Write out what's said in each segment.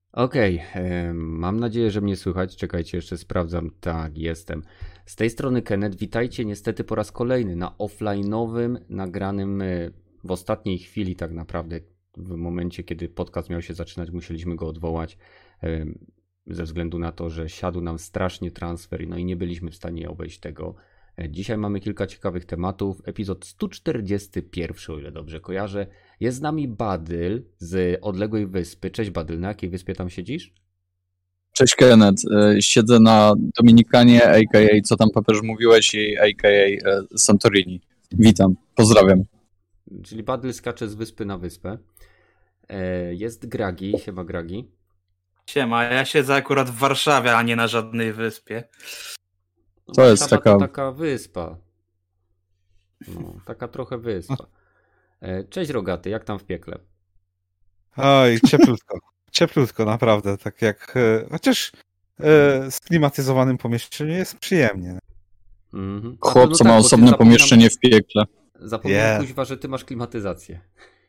Okej, mam nadzieję, że mnie słychać. Czekajcie, jeszcze sprawdzam. Tak, jestem. Z tej strony Kenneth. Witajcie niestety po raz kolejny na offline'owym, nagranym w ostatniej chwili tak naprawdę. W momencie, kiedy podcast miał się zaczynać, musieliśmy go odwołać ze względu na to, że siadł nam strasznie transfer, no i nie byliśmy w stanie obejść tego. Dzisiaj mamy kilka ciekawych tematów. Epizod 141, o ile dobrze kojarzę. Jest z nami Badyl z odległej wyspy. Cześć Badyl, na jakiej wyspie tam siedzisz? Cześć Kenneth, siedzę na Dominikanie, a.k.a. co tam papież mówiłeś, i a.k.a. Santorini. Witam, pozdrawiam. Czyli Badyl skacze z wyspy na wyspę. Jest Gragi, siema Gragi. Siema, ja siedzę akurat w Warszawie, a nie na żadnej wyspie. To jest taka wyspa. No, taka trochę wyspa. Cześć Rogaty, jak tam w piekle? Oj, cieplutko. Cieplutko, naprawdę. Tak jak. Chociaż w sklimatyzowanym pomieszczeniu jest przyjemnie. Mhm. Chłopco ma osobne pomieszczenie w piekle. Zapomniałem, kuźwa, że ty masz klimatyzację.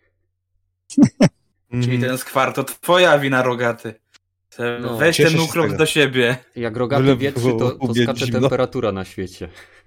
Czyli ten skwar to twoja wina, Rogaty. Weź ten ukrop do siebie. Jak Rogaty wietrzy, to skacze temperatura na świecie.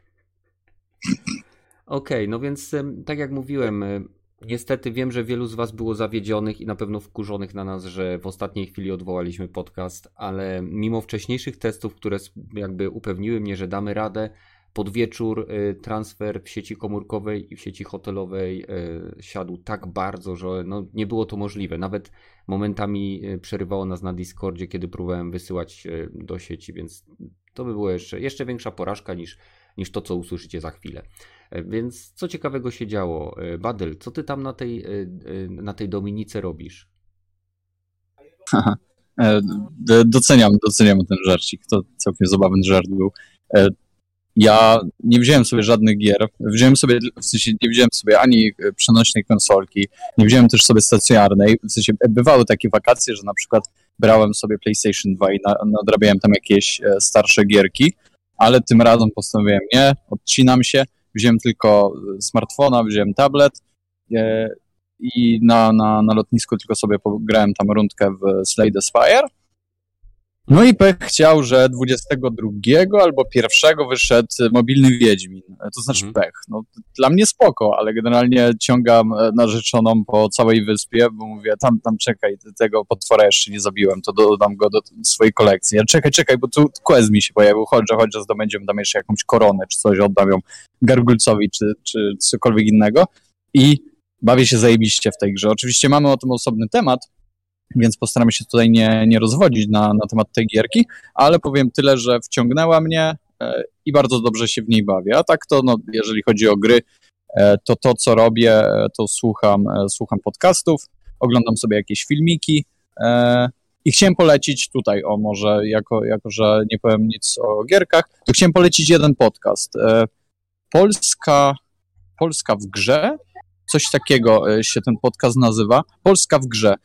Okej, no więc tak jak mówiłem, niestety wiem, że wielu z was było zawiedzionych i na pewno wkurzonych na nas, że w ostatniej chwili odwołaliśmy podcast, ale mimo wcześniejszych testów, które jakby upewniły mnie, że damy radę, pod wieczór transfer w sieci komórkowej i w sieci hotelowej siadł tak bardzo, że no, nie było to możliwe. Nawet momentami przerywało nas na Discordzie, kiedy próbowałem wysyłać do sieci, więc to by było jeszcze większa porażka niż to, co usłyszycie za chwilę. Więc co ciekawego się działo? Badyl, co ty tam na tej Dominice robisz? Doceniam ten żarcik, to całkiem zabawny żart był. Ja nie wziąłem sobie żadnych gier, nie wziąłem sobie ani przenośnej konsolki, nie wziąłem też sobie stacjonarnej, w sensie bywały takie wakacje, że na przykład brałem sobie PlayStation 2 i nadrabiałem tam jakieś starsze gierki, ale tym razem postanowiłem nie, odcinam się, wziąłem tylko smartfona, wziąłem tablet i na lotnisku tylko sobie pograłem tam rundkę w Slay the Spire. No i pech chciał, że 22 albo 1 wyszedł mobilny Wiedźmin. To znaczy pech. No, dla mnie spoko, ale generalnie ciągam narzeczoną po całej wyspie, bo mówię, tam czekaj, tego potwora jeszcze nie zabiłem, to dodam go do swojej kolekcji. Ja czekaj, bo tu quest mi się pojawił, chodź, że zdobędziemy tam jeszcze jakąś koronę, czy coś oddam ją Gargulcowi, czy cokolwiek innego. I bawię się zajebiście w tej grze. Oczywiście mamy o tym osobny temat, więc postaramy się tutaj nie rozwodzić na temat tej gierki, ale powiem tyle, że wciągnęła mnie i bardzo dobrze się w niej bawię. A tak to, no, jeżeli chodzi o gry, to co robię, to słucham podcastów, oglądam sobie jakieś filmiki i chciałem polecić tutaj, może jako że nie powiem nic o gierkach, to chciałem polecić jeden podcast. Polska w grze. Coś takiego się ten podcast nazywa. Polska w grze.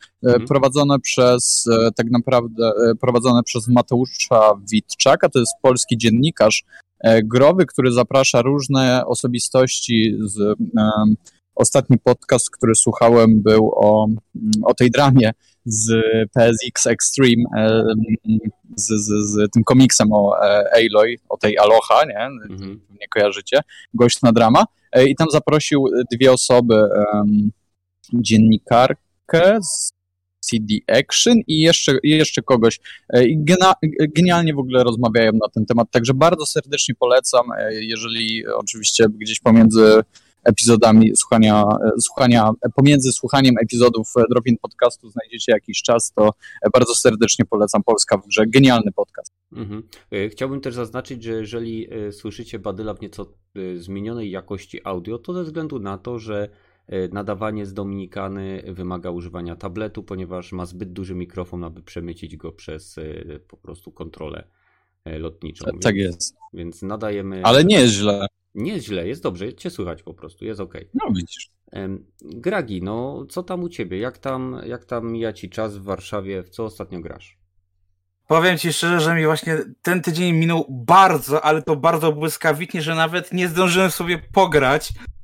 Prowadzone przez Mateusza Witczaka. To jest polski dziennikarz growy, który zaprasza różne osobistości ostatni podcast, który słuchałem, był o tej dramie z PSX Extreme, z tym komiksem o Aloy, o tej Aloha, nie kojarzycie? Gośćna drama. I tam zaprosił 2 osoby, dziennikarkę z CD Action i jeszcze kogoś. Genialnie w ogóle rozmawiają na ten temat, także bardzo serdecznie polecam, jeżeli oczywiście gdzieś pomiędzy epizodami pomiędzy słuchaniem epizodów Drop-in podcastu znajdziecie jakiś czas, to bardzo serdecznie polecam Polska w grze. Genialny podcast. Chciałbym też zaznaczyć, że jeżeli słyszycie Badyla w nieco zmienionej jakości audio, to ze względu na to, że nadawanie z Dominikany wymaga używania tabletu, ponieważ ma zbyt duży mikrofon, aby przemycić go przez po prostu kontrolę lotniczą. Tak jest. Więc nadajemy... Ale nie jest źle. Nie jest źle, jest dobrze, cię słychać po prostu, jest okej. No widzisz. Gragi, no co tam u ciebie? Jak tam mija ci czas w Warszawie? W co ostatnio grasz? Powiem ci szczerze, że mi właśnie ten tydzień minął bardzo, ale to bardzo błyskawicznie, że nawet nie zdążyłem sobie pograć.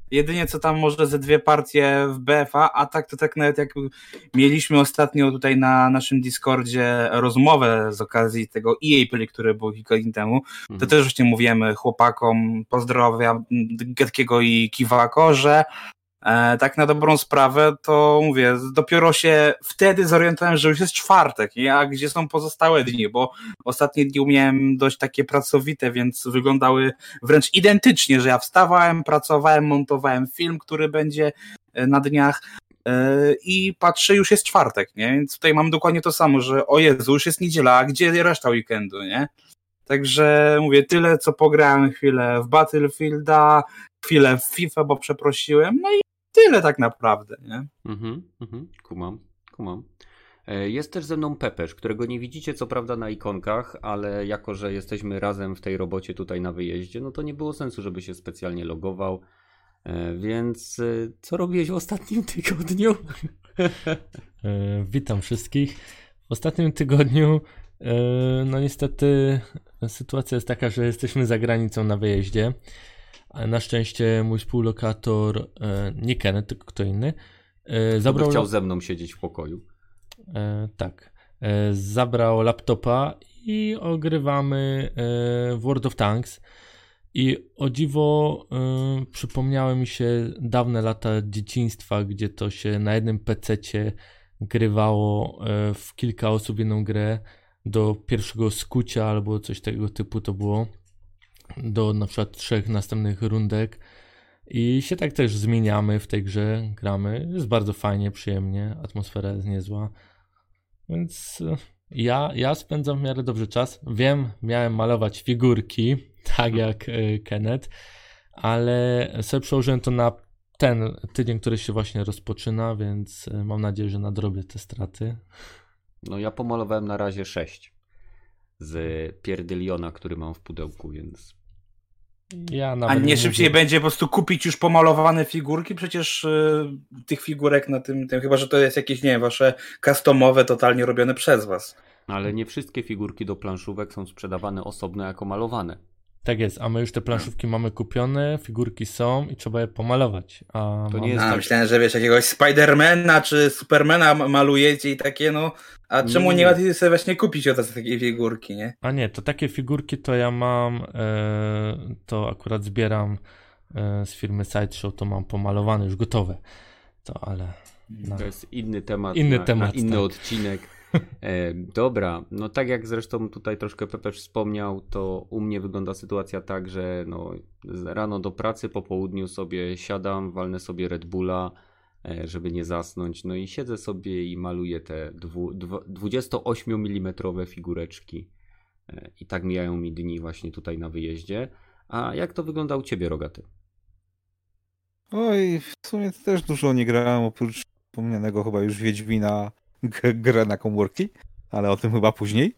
Jedynie co tam może ze 2 partie w BFA, a tak to tak nawet jak mieliśmy ostatnio tutaj na naszym Discordzie rozmowę z okazji tego EA Play, który był kilka dni temu, to też właśnie mówimy chłopakom, pozdrawiam Getkiego i Kiwako, że tak na dobrą sprawę to mówię, dopiero się wtedy zorientowałem, że już jest czwartek, nie? A gdzie są pozostałe dni, bo ostatnie dni miałem dość takie pracowite, więc wyglądały wręcz identycznie, że ja wstawałem, pracowałem, montowałem film, który będzie na dniach i patrzę, już jest czwartek, nie? Więc tutaj mam dokładnie to samo, że o Jezu, już jest niedziela, a gdzie reszta weekendu, nie? Także mówię, tyle co pograłem chwilę w Battlefielda, chwilę w FIFA, bo przeprosiłem, no i tyle tak naprawdę, nie? Kumam. Jest też ze mną Pepesz, którego nie widzicie co prawda na ikonkach, ale jako, że jesteśmy razem w tej robocie tutaj na wyjeździe, no to nie było sensu, żeby się specjalnie logował. Więc co robiłeś w ostatnim tygodniu? Witam wszystkich. W ostatnim tygodniu no niestety sytuacja jest taka, że jesteśmy za granicą na wyjeździe. Na szczęście mój współlokator, nie Kenneth, tylko kto inny, chciał ze mną siedzieć w pokoju. Tak. Zabrał laptopa i ogrywamy w World of Tanks. I o dziwo przypomniały mi się dawne lata dzieciństwa, gdzie to się na jednym pececie grywało w kilka osób jedną grę do pierwszego skucia albo coś tego typu to było. Do na przykład 3 następnych rundek i się tak też zmieniamy w tej grze, gramy, jest bardzo fajnie, przyjemnie, atmosfera jest niezła, więc ja spędzam w miarę dobrze czas. Wiem, miałem malować figurki, tak jak Kenneth, ale sobie przełożyłem to na ten tydzień, który się właśnie rozpoczyna, więc mam nadzieję, że nadrobię te straty. No ja pomalowałem na razie 6 z pierdyliona, który mam w pudełku, więc... A nie szybciej będzie po prostu kupić już pomalowane figurki? Przecież tych figurek na tym, chyba że to jest jakieś, nie wiem, wasze customowe, totalnie robione przez was. Ale nie wszystkie figurki do planszówek są sprzedawane osobno jako malowane. Tak jest, a my już te planszówki mamy kupione, figurki są i trzeba je pomalować. To nie jest tak... Myślałem, że wiesz, jakiegoś Spidermana czy Supermana malujecie i takie, no, a czemu nie łatwiej sobie właśnie kupić od takiej figurki, nie? A nie, to takie figurki to ja mam, to akurat zbieram z firmy Sideshow, to mam pomalowane, już gotowe. To ale... To jest inny temat, na inny odcinek. Dobra, no tak jak zresztą tutaj troszkę Pepesz wspomniał, to u mnie wygląda sytuacja tak, że no, rano do pracy, po południu sobie siadam, walnę sobie Red Bulla, żeby nie zasnąć, no i siedzę sobie i maluję te 28 mm figureczki i tak mijają mi dni właśnie tutaj na wyjeździe. A jak to wygląda u ciebie, Rogaty? Oj, w sumie też dużo nie grałem, oprócz wspomnianego chyba już Wiedźmina, grę na komórki, ale o tym chyba później.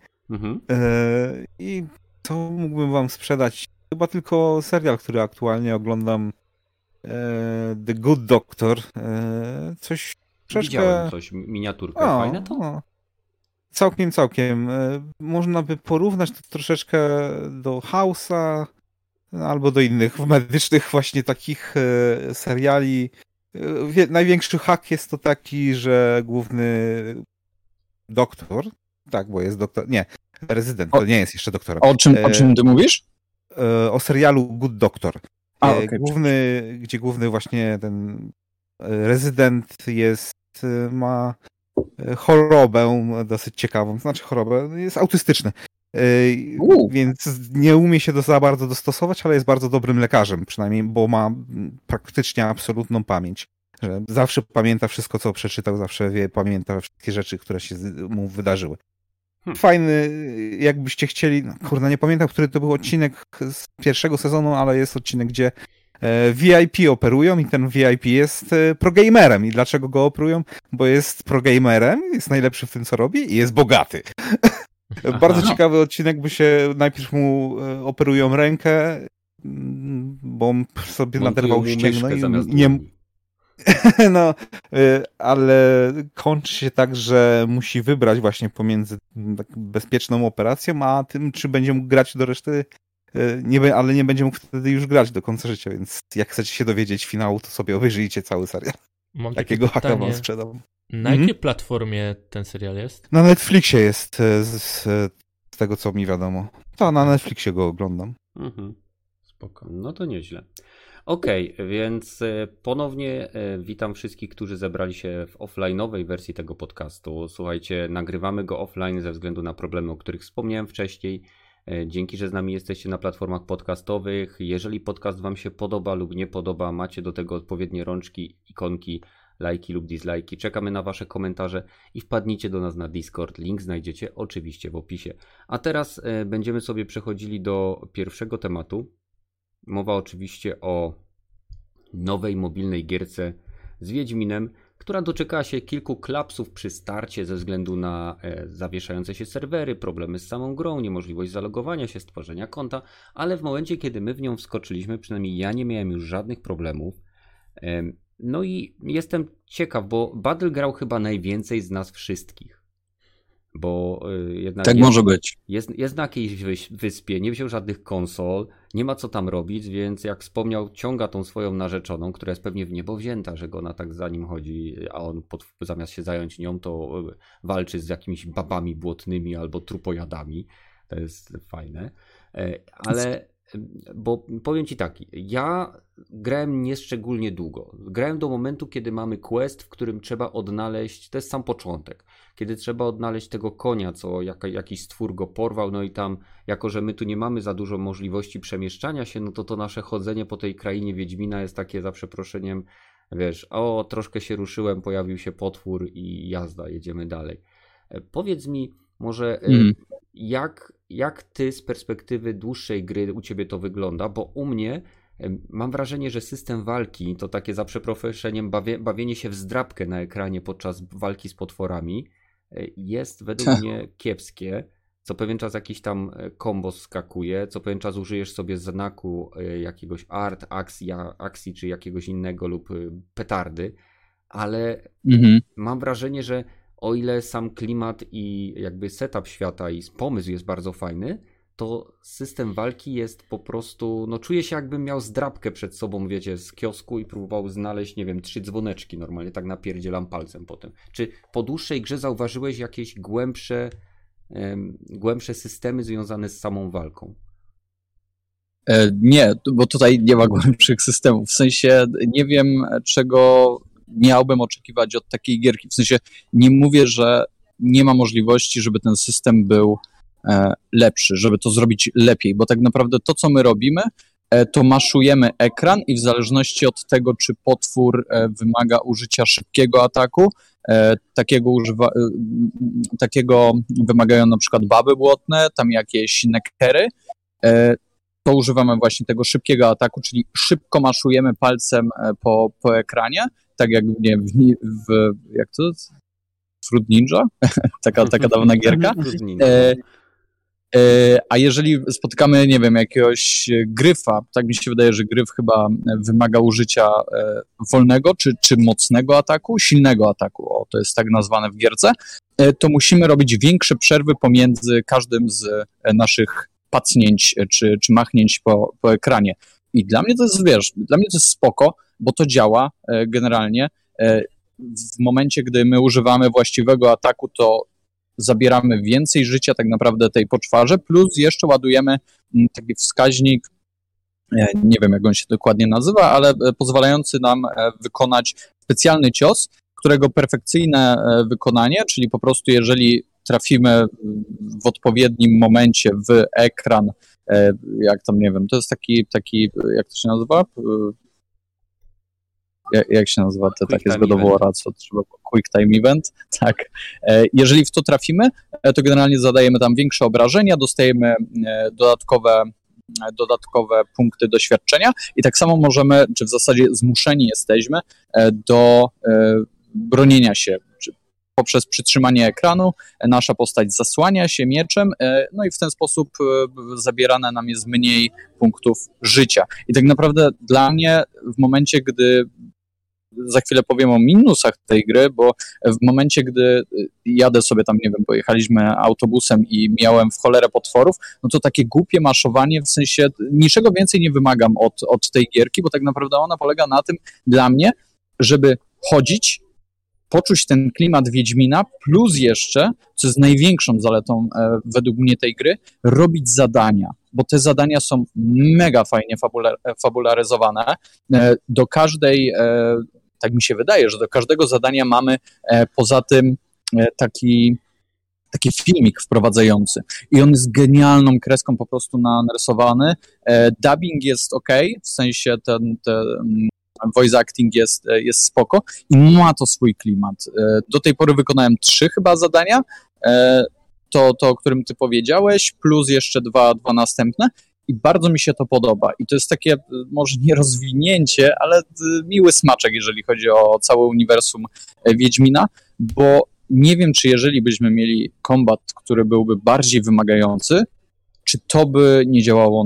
I to mógłbym wam sprzedać. Chyba tylko serial, który aktualnie oglądam, The Good Doctor. Coś troszeczkę... Widziałem coś, miniaturkę. Fajne to? No. Całkiem. Można by porównać to troszeczkę do House'a albo do innych medycznych właśnie takich seriali. Największy hak jest to taki, że główny doktor, tak, bo jest doktor, nie, rezydent, to nie jest jeszcze doktorem. O czym ty mówisz? O serialu Good Doctor. Okay. Gdzie główny właśnie ten rezydent ma chorobę dosyć ciekawą, znaczy chorobę, jest autystyczny. Więc nie umie się za bardzo dostosować, ale jest bardzo dobrym lekarzem, przynajmniej, bo ma praktycznie absolutną pamięć. Że zawsze pamięta wszystko, co przeczytał, zawsze pamięta wszystkie rzeczy, które się mu wydarzyły. Fajny, jakbyście chcieli, kurde, nie pamiętam, który to był odcinek z pierwszego sezonu, ale jest odcinek, gdzie VIP operują i ten VIP jest progamerem. I dlaczego go operują? Bo jest progamerem, jest najlepszy w tym, co robi i jest bogaty. Bardzo ciekawy odcinek, bo się najpierw mu operują rękę, bo on sobie naderwał ścięgno i nie... No, ale kończy się tak, że musi wybrać właśnie pomiędzy bezpieczną operacją, a tym, czy będzie mógł grać do reszty ale nie będzie mógł wtedy już grać do końca życia, więc jak chcecie się dowiedzieć finału, to sobie obejrzyjcie cały serial. Mam takiego haka wam sprzedam. Na jakiej platformie ten serial jest? Na Netflixie jest, z tego co mi wiadomo. To na Netflixie go oglądam. Spoko, no to nieźle. Okej, więc ponownie witam wszystkich, którzy zebrali się w offline'owej wersji tego podcastu. Słuchajcie, nagrywamy go offline ze względu na problemy, o których wspomniałem wcześniej. Dzięki, że z nami jesteście na platformach podcastowych. Jeżeli podcast wam się podoba lub nie podoba, macie do tego odpowiednie rączki, ikonki, lajki lub dislajki. Czekamy na wasze komentarze i wpadnijcie do nas na Discord. Link znajdziecie oczywiście w opisie. A teraz będziemy sobie przechodzili do pierwszego tematu. Mowa oczywiście o nowej mobilnej gierce z Wiedźminem, która doczekała się kilku klapsów przy starcie ze względu na zawieszające się serwery, problemy z samą grą, niemożliwość zalogowania się, stworzenia konta, ale w momencie, kiedy my w nią wskoczyliśmy, przynajmniej ja nie miałem już żadnych problemów. No i jestem ciekaw, bo Badl grał chyba najwięcej z nas wszystkich. Bo jednak tak może być. Jest na jakiejś wyspie, nie wziął żadnych konsol, nie ma co tam robić, więc jak wspomniał, ciąga tą swoją narzeczoną, która jest pewnie w niebo wzięta, że go ona tak za nim chodzi, a on zamiast się zająć nią, to walczy z jakimiś babami błotnymi albo trupojadami. To jest fajne. Ale bo powiem ci tak, ja grałem nieszczególnie długo. Grałem do momentu, kiedy mamy quest, w którym trzeba odnaleźć, to jest sam początek, kiedy trzeba odnaleźć tego konia, co jakiś stwór go porwał, no i tam, jako że my tu nie mamy za dużo możliwości przemieszczania się, no to nasze chodzenie po tej krainie Wiedźmina jest takie, za przeproszeniem, wiesz, o, troszkę się ruszyłem, pojawił się potwór i jazda, jedziemy dalej. Powiedz mi może, jak ty z perspektywy dłuższej gry u ciebie to wygląda, bo u mnie mam wrażenie, że system walki to takie, za przeproszeniem, bawienie się w zdrabkę na ekranie podczas walki z potworami jest według mnie kiepskie. Co pewien czas jakiś tam kombo skakuje, co pewien czas użyjesz sobie znaku jakiegoś art, akcji czy jakiegoś innego lub petardy, ale mam wrażenie, że o ile sam klimat i jakby setup świata i pomysł jest bardzo fajny, to system walki jest po prostu, no czuję się, jakbym miał zdrabkę przed sobą, wiecie, z kiosku i próbował znaleźć, nie wiem, 3 dzwoneczki, normalnie tak napierdzielam palcem potem. Czy po dłuższej grze zauważyłeś jakieś głębsze systemy związane z samą walką? Nie, bo tutaj nie ma głębszych systemów, w sensie nie wiem, czego miałbym oczekiwać od takiej gierki, w sensie nie mówię, że nie ma możliwości, żeby ten system był lepszy, żeby to zrobić lepiej, bo tak naprawdę to, co my robimy, to maszujemy ekran i w zależności od tego, czy potwór wymaga użycia szybkiego ataku, takiego wymagają na przykład baby błotne, tam jakieś nekery, to używamy właśnie tego szybkiego ataku, czyli szybko maszujemy palcem po ekranie, tak jak nie jak to? Fruit Ninja? taka dawna gierka. A jeżeli spotykamy, nie wiem, jakiegoś gryfa, tak mi się wydaje, że gryf chyba wymaga użycia wolnego czy mocnego ataku, silnego ataku, o, to jest tak nazwane w gierce, to musimy robić większe przerwy pomiędzy każdym z naszych pacnięć czy machnięć po ekranie. I dla mnie to jest, dla mnie to jest spoko, bo to działa generalnie. W momencie, gdy my używamy właściwego ataku, to zabieramy więcej życia tak naprawdę tej poczwarze, plus jeszcze ładujemy taki wskaźnik, nie wiem jak on się dokładnie nazywa, ale pozwalający nam wykonać specjalny cios, którego perfekcyjne wykonanie, czyli po prostu jeżeli trafimy w odpowiednim momencie w ekran, jak tam, nie wiem, to jest taki jak to się nazywa? Jak się nazywa te takie z God of War'a, co trzeba, Quick Time Event, tak. Jeżeli w to trafimy, to generalnie zadajemy tam większe obrażenia, dostajemy dodatkowe punkty doświadczenia i tak samo możemy, czy w zasadzie zmuszeni jesteśmy do bronienia się, poprzez przytrzymanie ekranu nasza postać zasłania się mieczem, no i w ten sposób zabierane nam jest mniej punktów życia. I tak naprawdę dla mnie w momencie, gdy za chwilę powiem o minusach tej gry, bo w momencie, gdy jadę sobie tam, nie wiem, pojechaliśmy autobusem i miałem w cholerę potworów, no to takie głupie maszowanie, w sensie niczego więcej nie wymagam od tej gierki, bo tak naprawdę ona polega na tym dla mnie, żeby chodzić, poczuć ten klimat Wiedźmina, plus jeszcze, co jest największą zaletą według mnie tej gry, robić zadania, bo te zadania są mega fajnie fabularyzowane. Do każdej, tak mi się wydaje, że do każdego zadania mamy poza tym taki filmik wprowadzający i on jest genialną kreską po prostu narysowany. Dubbing jest okej, w sensie ten voice acting jest spoko i ma to swój klimat. Do tej pory wykonałem 3 chyba zadania, to o którym ty powiedziałeś, plus jeszcze dwa następne i bardzo mi się to podoba. I to jest takie, może nie rozwinięcie, ale miły smaczek, jeżeli chodzi o całe uniwersum Wiedźmina, bo nie wiem, czy jeżeli byśmy mieli kombat, który byłby bardziej wymagający, czy to by nie działało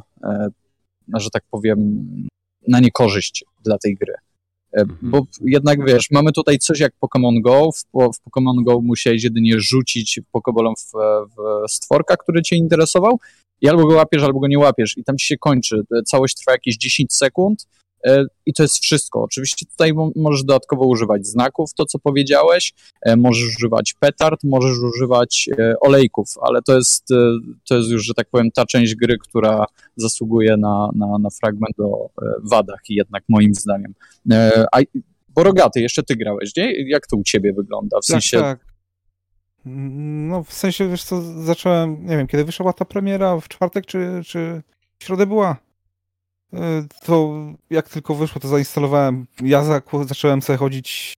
na że tak powiem, na niekorzyść dla tej gry. Bo jednak wiesz, mamy tutaj coś jak Pokémon Go, w Pokémon Go musiałeś jedynie rzucić pokebolem w stworka, który cię interesował i albo go łapiesz, albo go nie łapiesz i tam ci się kończy. Całość trwa jakieś 10 sekund i to jest wszystko. Oczywiście tutaj możesz dodatkowo używać znaków, to co powiedziałeś, możesz używać petard, możesz używać olejków, ale to jest już, że tak powiem, ta część gry, która zasługuje na fragment o wadach jednak moim zdaniem. Bo Rogaty, jeszcze ty grałeś, nie? Jak to u ciebie wygląda? W sensie... Tak. No w sensie, wiesz co, zacząłem, nie wiem, kiedy wyszła ta premiera, w czwartek czy w środę była? To jak tylko wyszło, to zainstalowałem. Ja zacząłem sobie chodzić.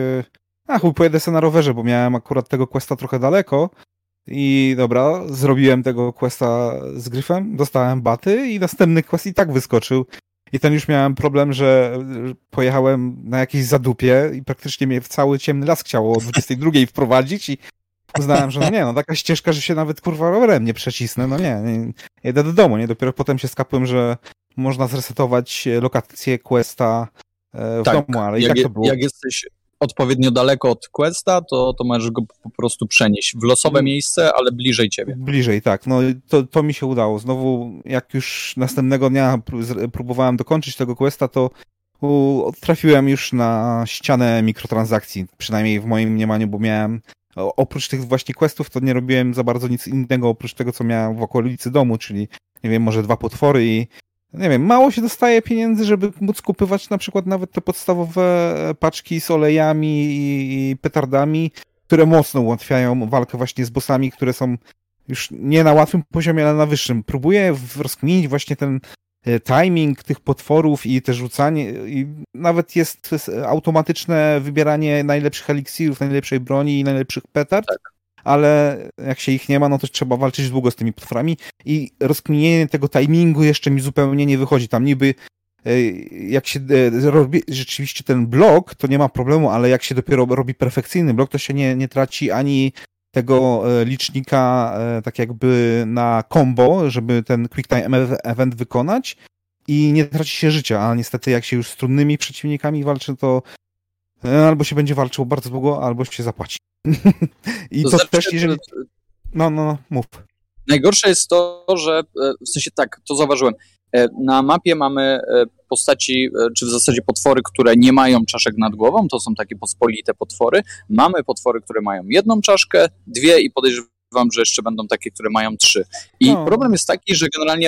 Pojedę sobie na rowerze, bo miałem akurat tego questa trochę daleko. I dobra, zrobiłem tego questa z gryfem, dostałem baty i następny quest i tak wyskoczył. I ten już miałem problem, że pojechałem na jakieś zadupie i praktycznie mnie w cały ciemny las chciało o 22 wprowadzić i uznałem, że taka ścieżka, że się nawet kurwa rowerem nie przecisnę. No nie, jedę do domu, nie? Dopiero potem się skapłem, że można zresetować lokację questa w domu, ale i tak to było. Jak jesteś odpowiednio daleko od questa, to możesz go po prostu przenieść w losowe miejsce, ale bliżej ciebie. Bliżej, tak. No to mi się udało. Znowu, jak już następnego dnia próbowałem dokończyć tego questa, to trafiłem już na ścianę mikrotransakcji, przynajmniej w moim mniemaniu, bo miałem oprócz tych właśnie questów, to nie robiłem za bardzo nic innego oprócz tego, co miałem w okolicy domu, czyli nie wiem, może 2 potwory i nie wiem, mało się dostaje pieniędzy, żeby móc kupywać na przykład nawet te podstawowe paczki z olejami i petardami, które mocno ułatwiają walkę właśnie z bossami, które są już nie na łatwym poziomie, ale na wyższym. Próbuję rozkminić właśnie ten timing tych potworów i te rzucanie i nawet jest automatyczne wybieranie najlepszych eliksirów, najlepszej broni i najlepszych petard. Tak. Ale jak się ich nie ma, no to trzeba walczyć długo z tymi potworami i rozkminienie tego timingu jeszcze mi zupełnie nie wychodzi. Tam niby jak się robi rzeczywiście ten blok, to nie ma problemu, ale jak się dopiero robi perfekcyjny blok, to się nie traci ani tego licznika tak jakby na combo, żeby ten quick time event wykonać i nie traci się życia, a niestety jak się już z trudnymi przeciwnikami walczy, to albo się będzie walczyło bardzo długo, albo się zapłaci. I to znaczy, też, jeżeli... No, mów. Najgorsze jest to, że w sensie tak, to zauważyłem. Na mapie mamy postaci, czy w zasadzie potwory, które nie mają czaszek nad głową, to są takie pospolite potwory. Mamy potwory, które mają 1 czaszkę, 2 i podejrzewam, że jeszcze będą takie, które mają 3. I problem jest taki, że generalnie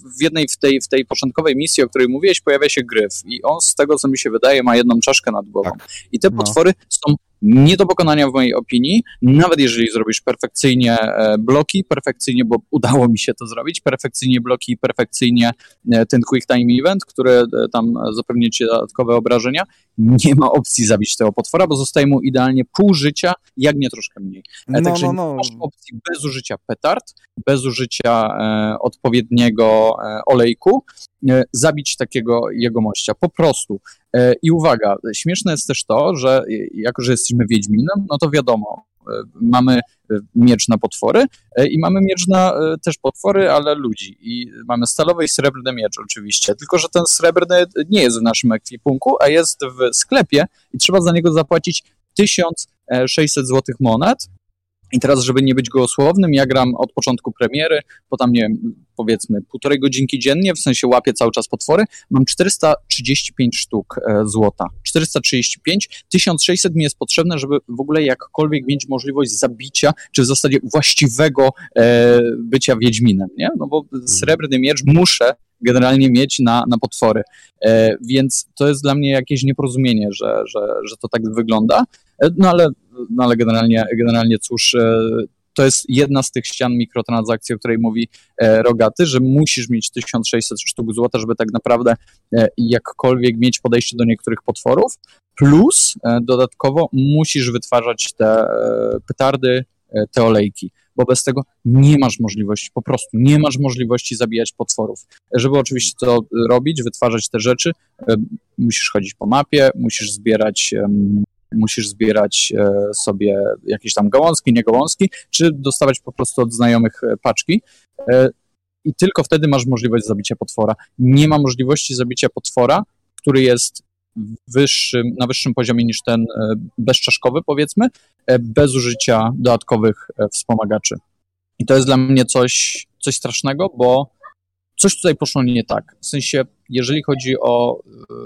w tej początkowej misji, o której mówiłeś, pojawia się gryf i on z tego, co mi się wydaje, ma 1 czaszkę nad głową. Tak. I te potwory są nie do pokonania w mojej opinii, nawet jeżeli zrobisz perfekcyjnie bloki, perfekcyjnie, bo udało mi się to zrobić, perfekcyjnie bloki, perfekcyjnie ten quick time event, który tam zapewni ci dodatkowe obrażenia, nie ma opcji zabić tego potwora, bo zostaje mu idealnie pół życia, jak nie troszkę mniej. Także nie masz opcji bez użycia petard, bez użycia odpowiedniego olejku, zabić takiego jegomościa. Po prostu. I uwaga, śmieszne jest też to, że jako, że jesteśmy Wiedźminem, no to wiadomo, Mamy miecz na potwory i mamy miecz na też potwory, ale ludzi. I mamy stalowy i srebrny miecz oczywiście, tylko że ten srebrny nie jest w naszym ekwipunku, a jest w sklepie i trzeba za niego zapłacić 1600 złotych monet. I teraz, żeby nie być gołosłownym, ja gram od początku premiery, po tam, nie wiem, powiedzmy 1,5 godzinki dziennie, w sensie łapię cały czas potwory, mam 435 sztuk złota. 435, 1600 mi jest potrzebne, żeby w ogóle jakkolwiek mieć możliwość zabicia, czy w zasadzie właściwego bycia Wiedźminem, nie? No bo srebrny miecz muszę generalnie mieć na potwory. Więc to jest dla mnie jakieś nieporozumienie, że to tak wygląda. No ale generalnie cóż, to jest jedna z tych ścian mikrotransakcji, o której mówi Rogaty, że musisz mieć 1600 sztuk złota, żeby tak naprawdę jakkolwiek mieć podejście do niektórych potworów, plus dodatkowo musisz wytwarzać te petardy, te olejki, bo bez tego nie masz możliwości, po prostu nie masz możliwości zabijać potworów. Żeby oczywiście to robić, wytwarzać te rzeczy, musisz chodzić po mapie, musisz zbierać sobie jakieś tam gałązki, nie gałązki, czy dostawać po prostu od znajomych paczki i tylko wtedy masz możliwość zabicia potwora. Nie ma możliwości zabicia potwora, który jest na wyższym poziomie niż ten bezczaszkowy, powiedzmy, bez użycia dodatkowych wspomagaczy. I to jest dla mnie coś strasznego, bo coś tutaj poszło nie tak. W sensie, jeżeli chodzi o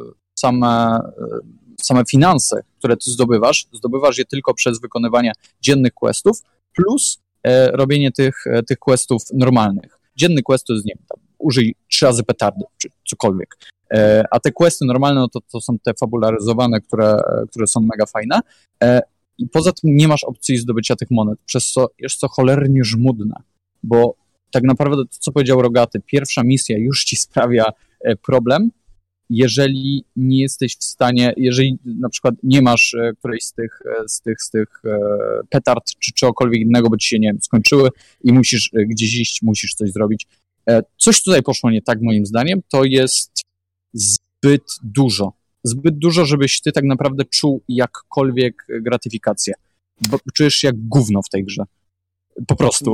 same finanse, które ty zdobywasz je tylko przez wykonywanie dziennych questów, plus robienie tych questów normalnych. Dzienny quest to jest, nie wiem, tam, użyj 3 razy petardy, czy cokolwiek. A te questy normalne, no to są te fabularyzowane, które są mega fajne. I poza tym nie masz opcji zdobycia tych monet, przez co jest to cholernie żmudne, bo tak naprawdę to, co powiedział Rogaty, pierwsza misja już ci sprawia problem, jeżeli nie jesteś w stanie, jeżeli na przykład nie masz którejś z tych petard czy czegokolwiek innego, bo ci się, nie wiem, skończyły i musisz gdzieś iść, musisz coś zrobić. Coś tutaj poszło nie tak moim zdaniem, to jest zbyt dużo, żebyś ty tak naprawdę czuł jakkolwiek gratyfikację, bo czujesz się jak gówno w tej grze. Po prostu.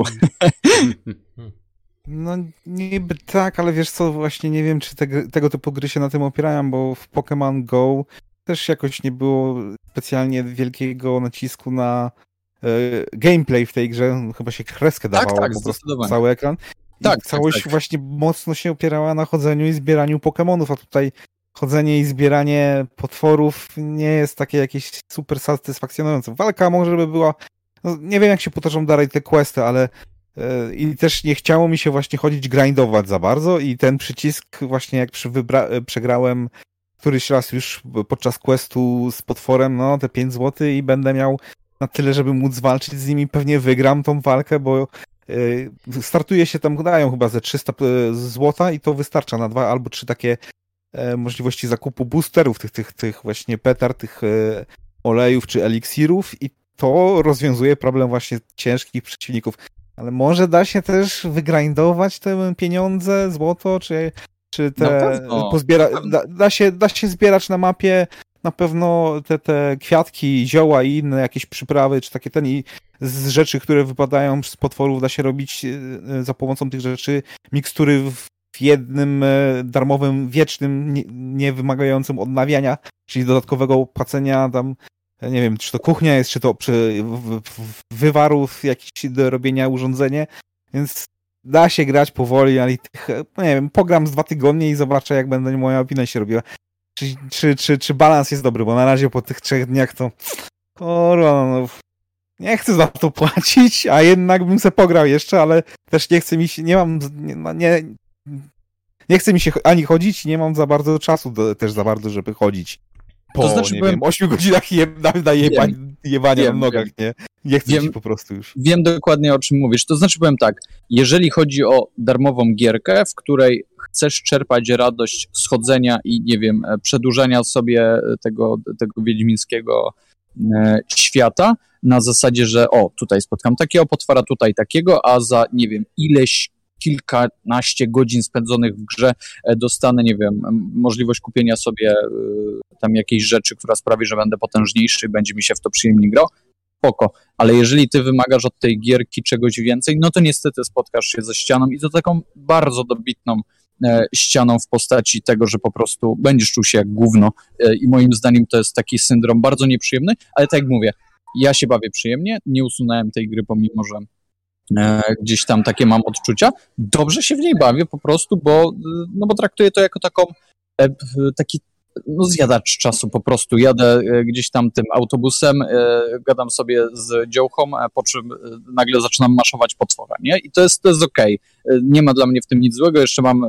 No niby tak, ale wiesz co, właśnie nie wiem, czy tego typu gry się na tym opierają, bo w Pokémon Go też jakoś nie było specjalnie wielkiego nacisku na gameplay w tej grze, chyba się kreskę dawało tak, po prostu cały ekran. I całość właśnie mocno się opierała na chodzeniu i zbieraniu Pokémonów, a tutaj chodzenie i zbieranie potworów nie jest takie jakieś super satysfakcjonujące. Walka może by była, no, nie wiem jak się potoczą dalej te questy, ale i też nie chciało mi się właśnie chodzić grindować za bardzo i ten przycisk właśnie jak przegrałem któryś raz już podczas questu z potworem, no te 5 zł i będę miał na tyle, żeby móc walczyć z nimi, pewnie wygram tą walkę, bo startuje się tam, dają chyba ze 300 zł i to wystarcza na 2 albo 3 takie możliwości zakupu boosterów, tych właśnie petard, tych olejów czy eliksirów i to rozwiązuje problem właśnie ciężkich przeciwników. Ale może da się też wygrindować te pieniądze, złoto, czy te da się zbierać na mapie na pewno te kwiatki, zioła i inne jakieś przyprawy, czy takie i z rzeczy, które wypadają z potworów da się robić za pomocą tych rzeczy mikstury w jednym darmowym, wiecznym, nie wymagającym odnawiania, czyli dodatkowego płacenia tam, nie wiem, czy to kuchnia jest, czy to wywarów jakiś do robienia urządzenie, więc da się grać powoli, ale nie wiem, pogram z 2 tygodnie i zobaczę, jak będę moja opinia się robiła. Czy balans jest dobry, bo na razie po tych 3 dniach to no, nie chcę za to płacić, a jednak bym se pograł jeszcze, ale też nie chce mi się, nie chce mi się ani chodzić, nie mam za bardzo czasu też za bardzo, żeby chodzić. To znaczy, wiem, 8 godzinach jebania na nogach, nie? Nie chcę ci po prostu już. Wiem dokładnie, o czym mówisz. To znaczy, powiem tak, jeżeli chodzi o darmową gierkę, w której chcesz czerpać radość z chodzenia i, nie wiem, przedłużania sobie tego wiedźmińskiego świata na zasadzie, że tutaj spotkam takiego potwora, tutaj takiego, a za, nie wiem, ileś kilkanaście godzin spędzonych w grze dostanę, nie wiem, możliwość kupienia sobie tam jakiejś rzeczy, która sprawi, że będę potężniejszy i będzie mi się w to przyjemnie grał. spoko, ale jeżeli ty wymagasz od tej gierki czegoś więcej, no to niestety spotkasz się ze ścianą i to taką bardzo dobitną ścianą w postaci tego, że po prostu będziesz czuł się jak gówno i moim zdaniem to jest taki syndrom bardzo nieprzyjemny, ale tak jak mówię, ja się bawię przyjemnie, nie usunąłem tej gry, pomimo że gdzieś tam takie mam odczucia, dobrze się w niej bawię po prostu, bo traktuję to jako taki zjadacz czasu po prostu. Jadę gdzieś tam tym autobusem, gadam sobie z dziołchą, po czym nagle zaczynam maszować potwora, nie? I to jest okej. Nie ma dla mnie w tym nic złego, jeszcze mam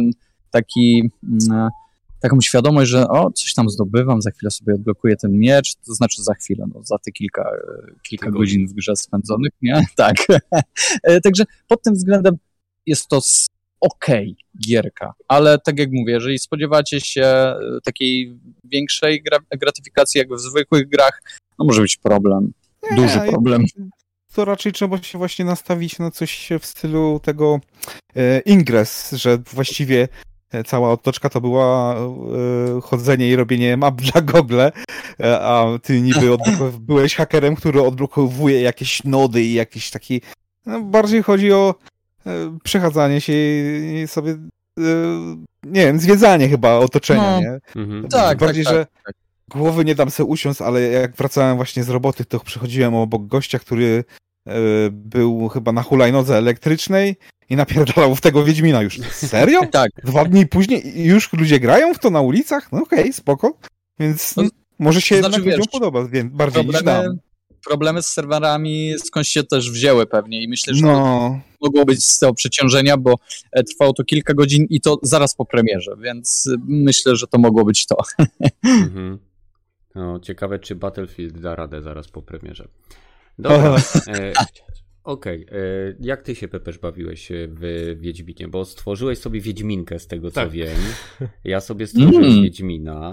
taką świadomość, że coś tam zdobywam, za chwilę sobie odblokuję ten miecz, to znaczy za chwilę, za te kilka godzin w grze spędzonych, nie? Tak. Także pod tym względem jest to okej gierka, ale tak jak mówię, jeżeli spodziewacie się takiej większej gratyfikacji jak w zwykłych grach, no może być problem, duży problem. To raczej trzeba się właśnie nastawić na coś w stylu tego Ingress, że właściwie cała otoczka to była chodzenie i robienie map dla Google, a ty niby byłeś hakerem, który odblokowuje jakieś nody i jakiś taki... No, bardziej chodzi o przechadzanie się i sobie, nie wiem, zwiedzanie chyba otoczenia, nie? Tak, bardziej, że głowy nie dam sobie usiąść, ale jak wracałem właśnie z roboty, to przechodziłem obok gościa, który był chyba na hulajnodze elektrycznej i napierdalał w tego Wiedźmina już. Serio? Tak. 2 dni później już ludzie grają w to na ulicach? No okej, spoko. Więc może się jednak ludziom podoba bardziej niż nam. Problemy z serwerami skądś się też wzięły pewnie i myślę, że to mogło być z tego przeciążenia, bo trwało to kilka godzin i to zaraz po premierze, więc myślę, że to mogło być to. No, ciekawe, czy Battlefield da radę zaraz po premierze. Dobra, okej. Jak ty się, Pepesz, bawiłeś w Wiedźminie? Bo stworzyłeś sobie Wiedźminkę, z tego co wiem. Ja sobie stworzyłem Wiedźmina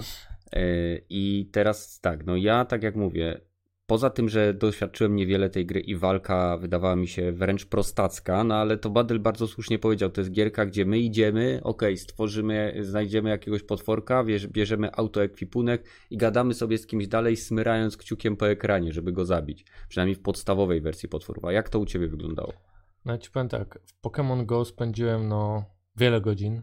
i teraz tak, no ja tak jak mówię, poza tym, że doświadczyłem niewiele tej gry i walka wydawała mi się wręcz prostacka, no ale to Badel bardzo słusznie powiedział, to jest gierka, gdzie my idziemy, znajdziemy jakiegoś potworka, bierzemy autoekwipunek i gadamy sobie z kimś dalej, smyrając kciukiem po ekranie, żeby go zabić. Przynajmniej w podstawowej wersji potworów. A jak to u ciebie wyglądało? No ja ci powiem tak, w Pokémon Go spędziłem wiele godzin,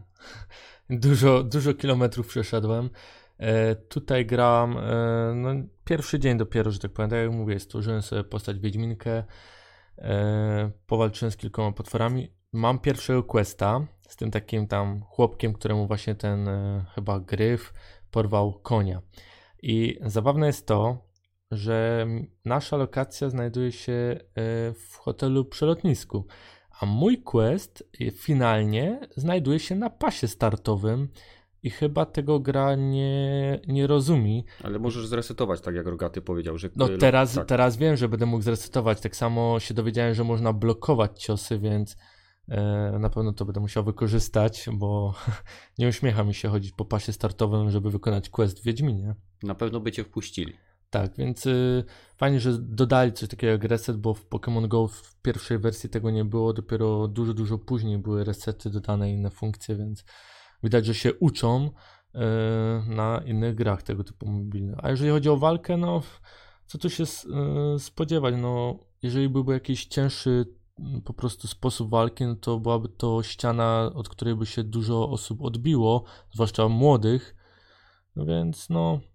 dużo kilometrów przeszedłem. Tutaj gram pierwszy dzień dopiero, że tak powiem, tak jak mówię, stworzyłem sobie postać Wiedźminkę, powalczyłem z kilkoma potworami, mam pierwszego questa z tym takim tam chłopkiem, któremu właśnie ten chyba gryf porwał konia. I zabawne jest to, że nasza lokacja znajduje się w hotelu przy lotnisku, a mój quest finalnie znajduje się na pasie startowym. I chyba tego gra nie rozumie. Ale możesz zresetować, tak jak Rogaty powiedział, że... No teraz wiem, że będę mógł zresetować. Tak samo się dowiedziałem, że można blokować ciosy, więc na pewno to będę musiał wykorzystać, bo nie uśmiecha mi się chodzić po pasie startowym, żeby wykonać quest w Wiedźminie. Na pewno by cię wpuścili. Tak, więc fajnie, że dodali coś takiego jak reset, bo w Pokémon Go w pierwszej wersji tego nie było. Dopiero dużo później były resety dodane, inne funkcje, więc... Widać, że się uczą na innych grach tego typu mobilnych. A jeżeli chodzi o walkę, no co tu się spodziewać? No, jeżeli byłby jakiś cięższy po prostu sposób walki, no to byłaby to ściana, od której by się dużo osób odbiło, zwłaszcza młodych. No więc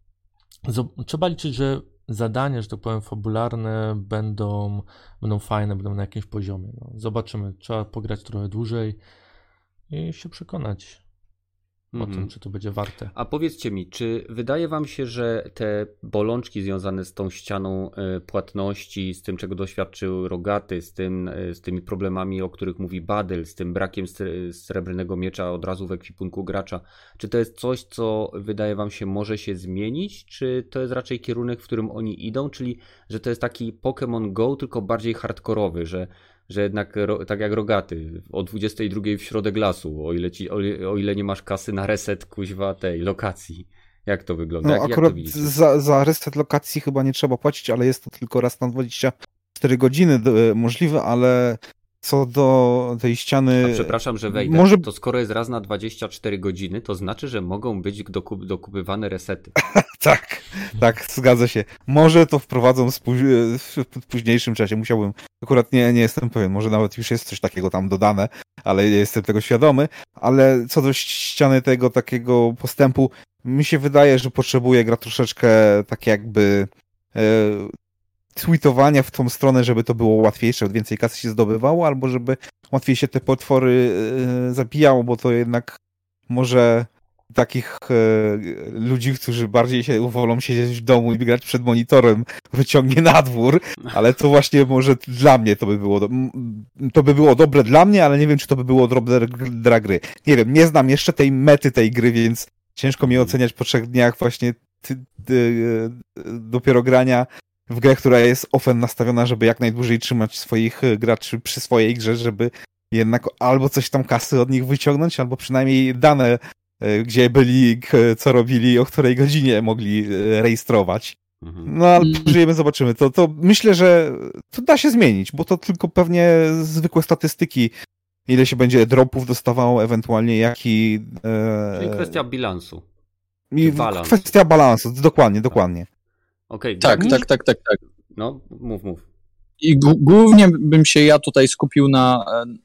trzeba liczyć, że zadania, że tak powiem, fabularne będą fajne, będą na jakimś poziomie. No, zobaczymy. Trzeba pograć trochę dłużej i się przekonać o tym, czy to będzie warte. A powiedzcie mi, czy wydaje wam się, że te bolączki związane z tą ścianą płatności, z tym, czego doświadczył Rogaty, z tymi problemami, o których mówi Badel, z tym brakiem srebrnego miecza od razu w ekwipunku gracza, czy to jest coś, co wydaje wam się może się zmienić, czy to jest raczej kierunek, w którym oni idą, czyli że to jest taki Pokémon Go, tylko bardziej hardkorowy, że jednak tak jak Rogaty, o 22 w środek lasu, o ile nie masz kasy na reset kuźwa tej lokacji. Jak to wygląda? No akurat za reset lokacji chyba nie trzeba płacić, ale jest to tylko raz na 24 godziny możliwe, ale co do tej ściany... A przepraszam, że wejdę. Może... To skoro jest raz na 24 godziny, to znaczy, że mogą być dokupywane resety. tak, zgadza się. Może to wprowadzą w późniejszym czasie. Musiałbym, akurat nie jestem pewien, może nawet już jest coś takiego tam dodane, ale nie jestem tego świadomy. Ale co do ściany tego takiego postępu, mi się wydaje, że potrzebuje gra troszeczkę tak jakby tweetowania w tą stronę, żeby to było łatwiejsze, więcej kasy się zdobywało, albo żeby łatwiej się te potwory zabijało, bo to jednak może takich ludzi, którzy bardziej wolą siedzieć w domu i grać przed monitorem, wyciągnie na dwór, ale to właśnie może dla mnie to by było dobre dla mnie, ale nie wiem, czy to by było dobre dla gry. Nie wiem, nie znam jeszcze tej mety tej gry, więc ciężko mi oceniać po 3 dniach właśnie dopiero grania w grę, która jest ofen nastawiona, żeby jak najdłużej trzymać swoich graczy przy swojej grze, żeby jednak albo coś tam kasy od nich wyciągnąć, albo przynajmniej dane, gdzie byli, co robili, o której godzinie mogli rejestrować. No ale żyjemy, zobaczymy. To myślę, że to da się zmienić, bo to tylko pewnie zwykłe statystyki, ile się będzie dropów dostawało, ewentualnie jaki... Czyli kwestia bilansu. Kwestia balansu, dokładnie. Okay, tak. No, mów. I głównie bym się ja tutaj skupił na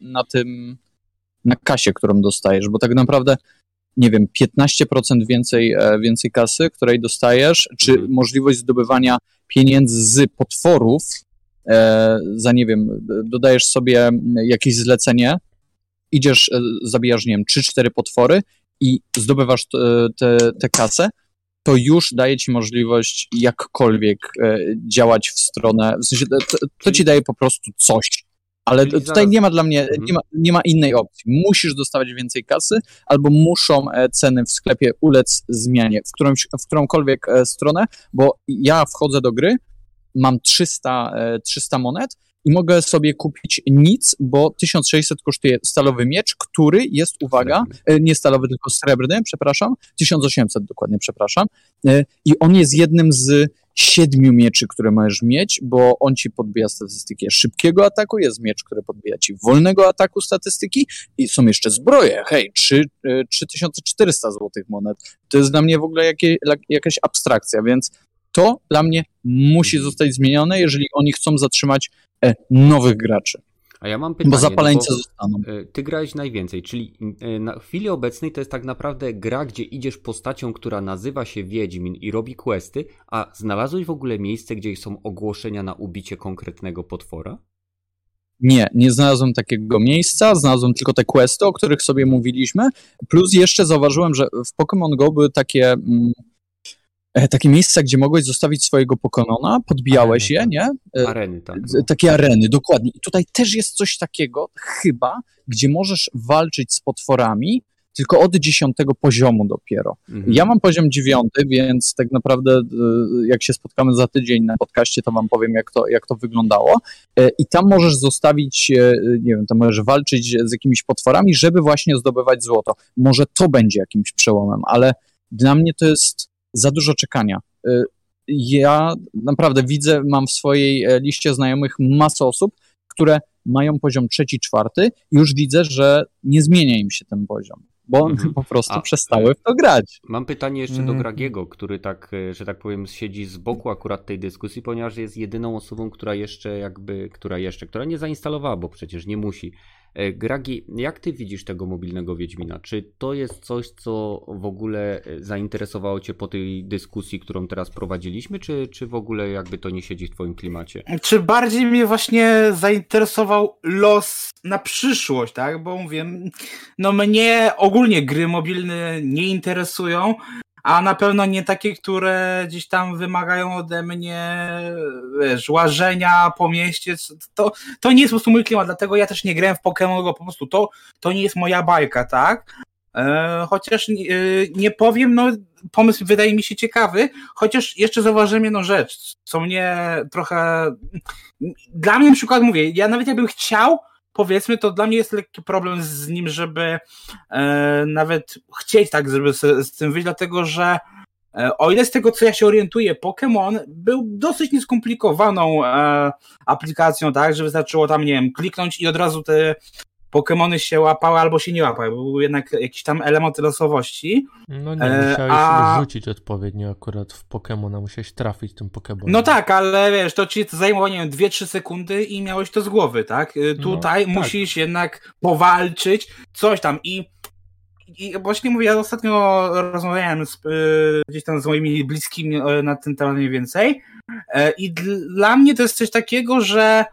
kasie, którą dostajesz, bo tak naprawdę, nie wiem, 15% więcej kasy, której dostajesz, czy możliwość zdobywania pieniędzy z potworów, za, nie wiem, dodajesz sobie jakieś zlecenie, idziesz, zabijasz, nie wiem, 3-4 potwory i zdobywasz tę kasę, to już daje ci możliwość jakkolwiek działać w stronę, w sensie to ci daje po prostu coś, ale tutaj nie ma dla mnie, nie ma innej opcji. Musisz dostawać więcej kasy, albo muszą ceny w sklepie ulec zmianie w którąkolwiek stronę, bo ja wchodzę do gry, mam 300 monet i mogę sobie kupić nic, bo 1600 kosztuje stalowy miecz, który jest, uwaga, nie stalowy, tylko srebrny, przepraszam, 1800 dokładnie, przepraszam, i on jest jednym z 7 mieczy, które możesz mieć, bo on ci podbija statystykę szybkiego ataku, jest miecz, który podbija ci wolnego ataku statystyki i są jeszcze zbroje, 3400 złotych monet. To jest dla mnie w ogóle jakaś abstrakcja, więc to dla mnie musi zostać zmienione, jeżeli oni chcą zatrzymać nowych graczy. A ja mam pytanie, bo zapaleńcy zostaną. Ty grałeś najwięcej, czyli na chwili obecnej to jest tak naprawdę gra, gdzie idziesz postacią, która nazywa się Wiedźmin i robi questy, a znalazłeś w ogóle miejsce, gdzie są ogłoszenia na ubicie konkretnego potwora? Nie znalazłem takiego miejsca, znalazłem tylko te questy, o których sobie mówiliśmy, plus jeszcze zauważyłem, że w Pokémon Go były takie miejsca, gdzie mogłeś zostawić swojego Pokémona, podbijałeś je, nie? Areny, tak. Takie areny, dokładnie. I tutaj też jest coś takiego, chyba, gdzie możesz walczyć z potworami, tylko od 10 poziomu dopiero. Ja mam poziom 9, więc tak naprawdę jak się spotkamy za tydzień na podcaście, to wam powiem, jak to wyglądało. I tam możesz zostawić, nie wiem, tam możesz walczyć z jakimiś potworami, żeby właśnie zdobywać złoto. Może to będzie jakimś przełomem, ale dla mnie to jest za dużo czekania. Ja naprawdę mam w swojej liście znajomych masę osób, które mają poziom 3, 4 i już widzę, że nie zmienia im się ten poziom, bo po prostu przestały w to grać. Mam pytanie jeszcze do Gragiego, który tak, że tak powiem, siedzi z boku akurat tej dyskusji, ponieważ jest jedyną osobą, która nie zainstalowała, bo przecież nie musi. Gragi, jak ty widzisz tego mobilnego Wiedźmina? Czy to jest coś, co w ogóle zainteresowało cię po tej dyskusji, którą teraz prowadziliśmy, czy w ogóle jakby to nie siedzi w twoim klimacie? Czy bardziej mnie właśnie zainteresował los na przyszłość, tak? Bo mówię, no mnie ogólnie gry mobilne nie interesują, a na pewno nie takie, które gdzieś tam wymagają ode mnie, wiesz, łażenia po mieście. To nie jest po prostu mój klimat, dlatego ja też nie grałem w Pokémon Go, po prostu to nie jest moja bajka, tak? Chociaż nie powiem, no pomysł wydaje mi się ciekawy, chociaż jeszcze zauważyłem jedną rzecz, co mnie trochę... Dla mnie na przykład, mówię, ja nawet jakbym chciał, powiedzmy, to dla mnie jest lekki problem z nim, żeby nawet chcieć tak, żeby z tym wyjść, dlatego że O ile z tego, co ja się orientuję, Pokémon był dosyć nieskomplikowaną aplikacją, tak, że wystarczyło tam, nie wiem, kliknąć i od razu te Pokémony się łapały albo się nie łapały. Był jednak jakiś tam element losowości. No nie, musiałeś rzucić odpowiednio akurat w Pokémona, musiałeś trafić tym Pokémonem. No tak, ale wiesz, to ci zajęło, nie wiem, 2-3 sekundy i miałeś to z głowy, tak? Tutaj musisz jednak powalczyć, coś tam i właśnie mówię, ja ostatnio rozmawiałem gdzieś tam z moimi bliskimi na ten temat mniej więcej i dla mnie to jest coś takiego, że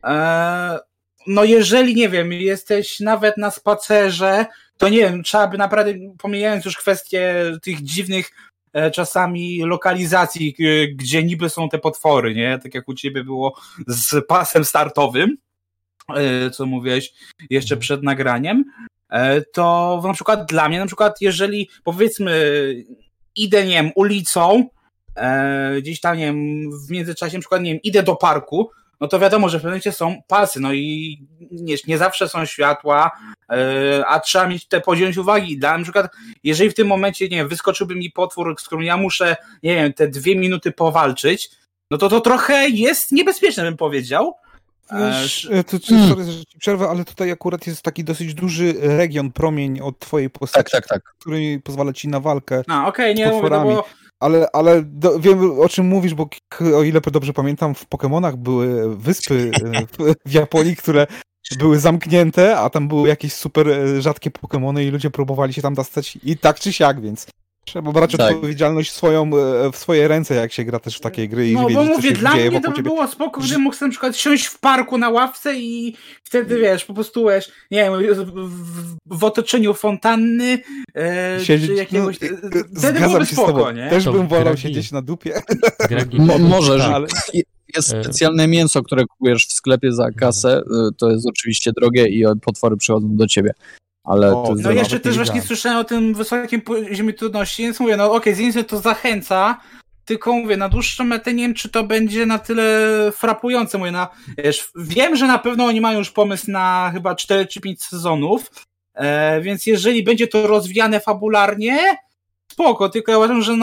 no jeżeli, nie wiem, jesteś nawet na spacerze, to nie wiem, trzeba by naprawdę, pomijając już kwestie tych dziwnych czasami lokalizacji, gdzie niby są te potwory, nie? Tak jak u ciebie było z pasem startowym, co mówiłeś jeszcze przed nagraniem, to na przykład dla mnie, na przykład jeżeli powiedzmy idę, nie wiem, ulicą, gdzieś tam, nie wiem, w międzyczasie na przykład, nie wiem, idę do parku, no to wiadomo, że w pewnym momencie są pasy, no i nie zawsze są światła, a trzeba mieć te podjąć uwagi. Na przykład, jeżeli w tym momencie, nie wiem, wyskoczyłby mi potwór, z którym ja muszę, nie wiem, te 2 minuty powalczyć, no to trochę jest niebezpieczne, bym powiedział. Wiesz, sorry, że ci przerwę, ale tutaj akurat jest taki dosyć duży region, promień od twojej postaci, który pozwala ci na walkę nie z potworami. mówię, Ale wiem, o czym mówisz, bo o ile dobrze pamiętam, w Pokemonach były wyspy w Japonii, które były zamknięte, a tam były jakieś super rzadkie Pokemony i ludzie próbowali się tam dostać i tak czy siak, więc trzeba brać odpowiedzialność w swoje ręce, jak się gra też w takie gry i no, wiedzieć, bo mówię, co się dla dzieje mnie to by było spoko, gdybym mógł na przykład siąść w parku na ławce i wtedy, wiesz, po prostu, nie wiem, w otoczeniu fontanny, czy jakiegoś... Wtedy byłoby spoko, nie? Też bym wolał siedzieć na dupie. Możesz, ale jest specjalne mięso, które kupujesz w sklepie za kasę, to jest oczywiście drogie i potwory przychodzą do ciebie. Ale no jeszcze też właśnie słyszałem o tym wysokim poziomie trudności, więc mówię, no okej, z jednej strony to zachęca, tylko mówię, na dłuższą metę nie wiem, czy to będzie na tyle frapujące. Mówię, wiesz, wiem, że na pewno oni mają już pomysł na chyba 4 czy 5 sezonów, więc jeżeli będzie to rozwijane fabularnie, spoko, tylko ja uważam, że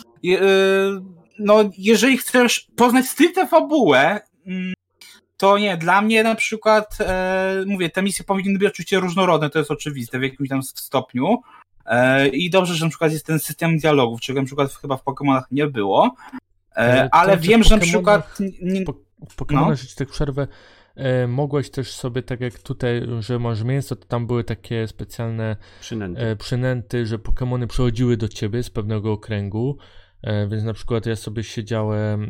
jeżeli chcesz poznać stricte fabułę, to nie, dla mnie na przykład, mówię, te misje powinny być oczywiście różnorodne, to jest oczywiste w jakimś tam stopniu i dobrze, że na przykład jest ten system dialogów, czego na przykład chyba w Pokemonach nie było, ale wiem, że na przykład... W Pokemonach, że ci tak przerwę, mogłeś też sobie, tak jak tutaj, że masz mięso, to tam były takie specjalne przynęty, że Pokemony przychodziły do ciebie z pewnego okręgu, więc na przykład ja sobie siedziałem,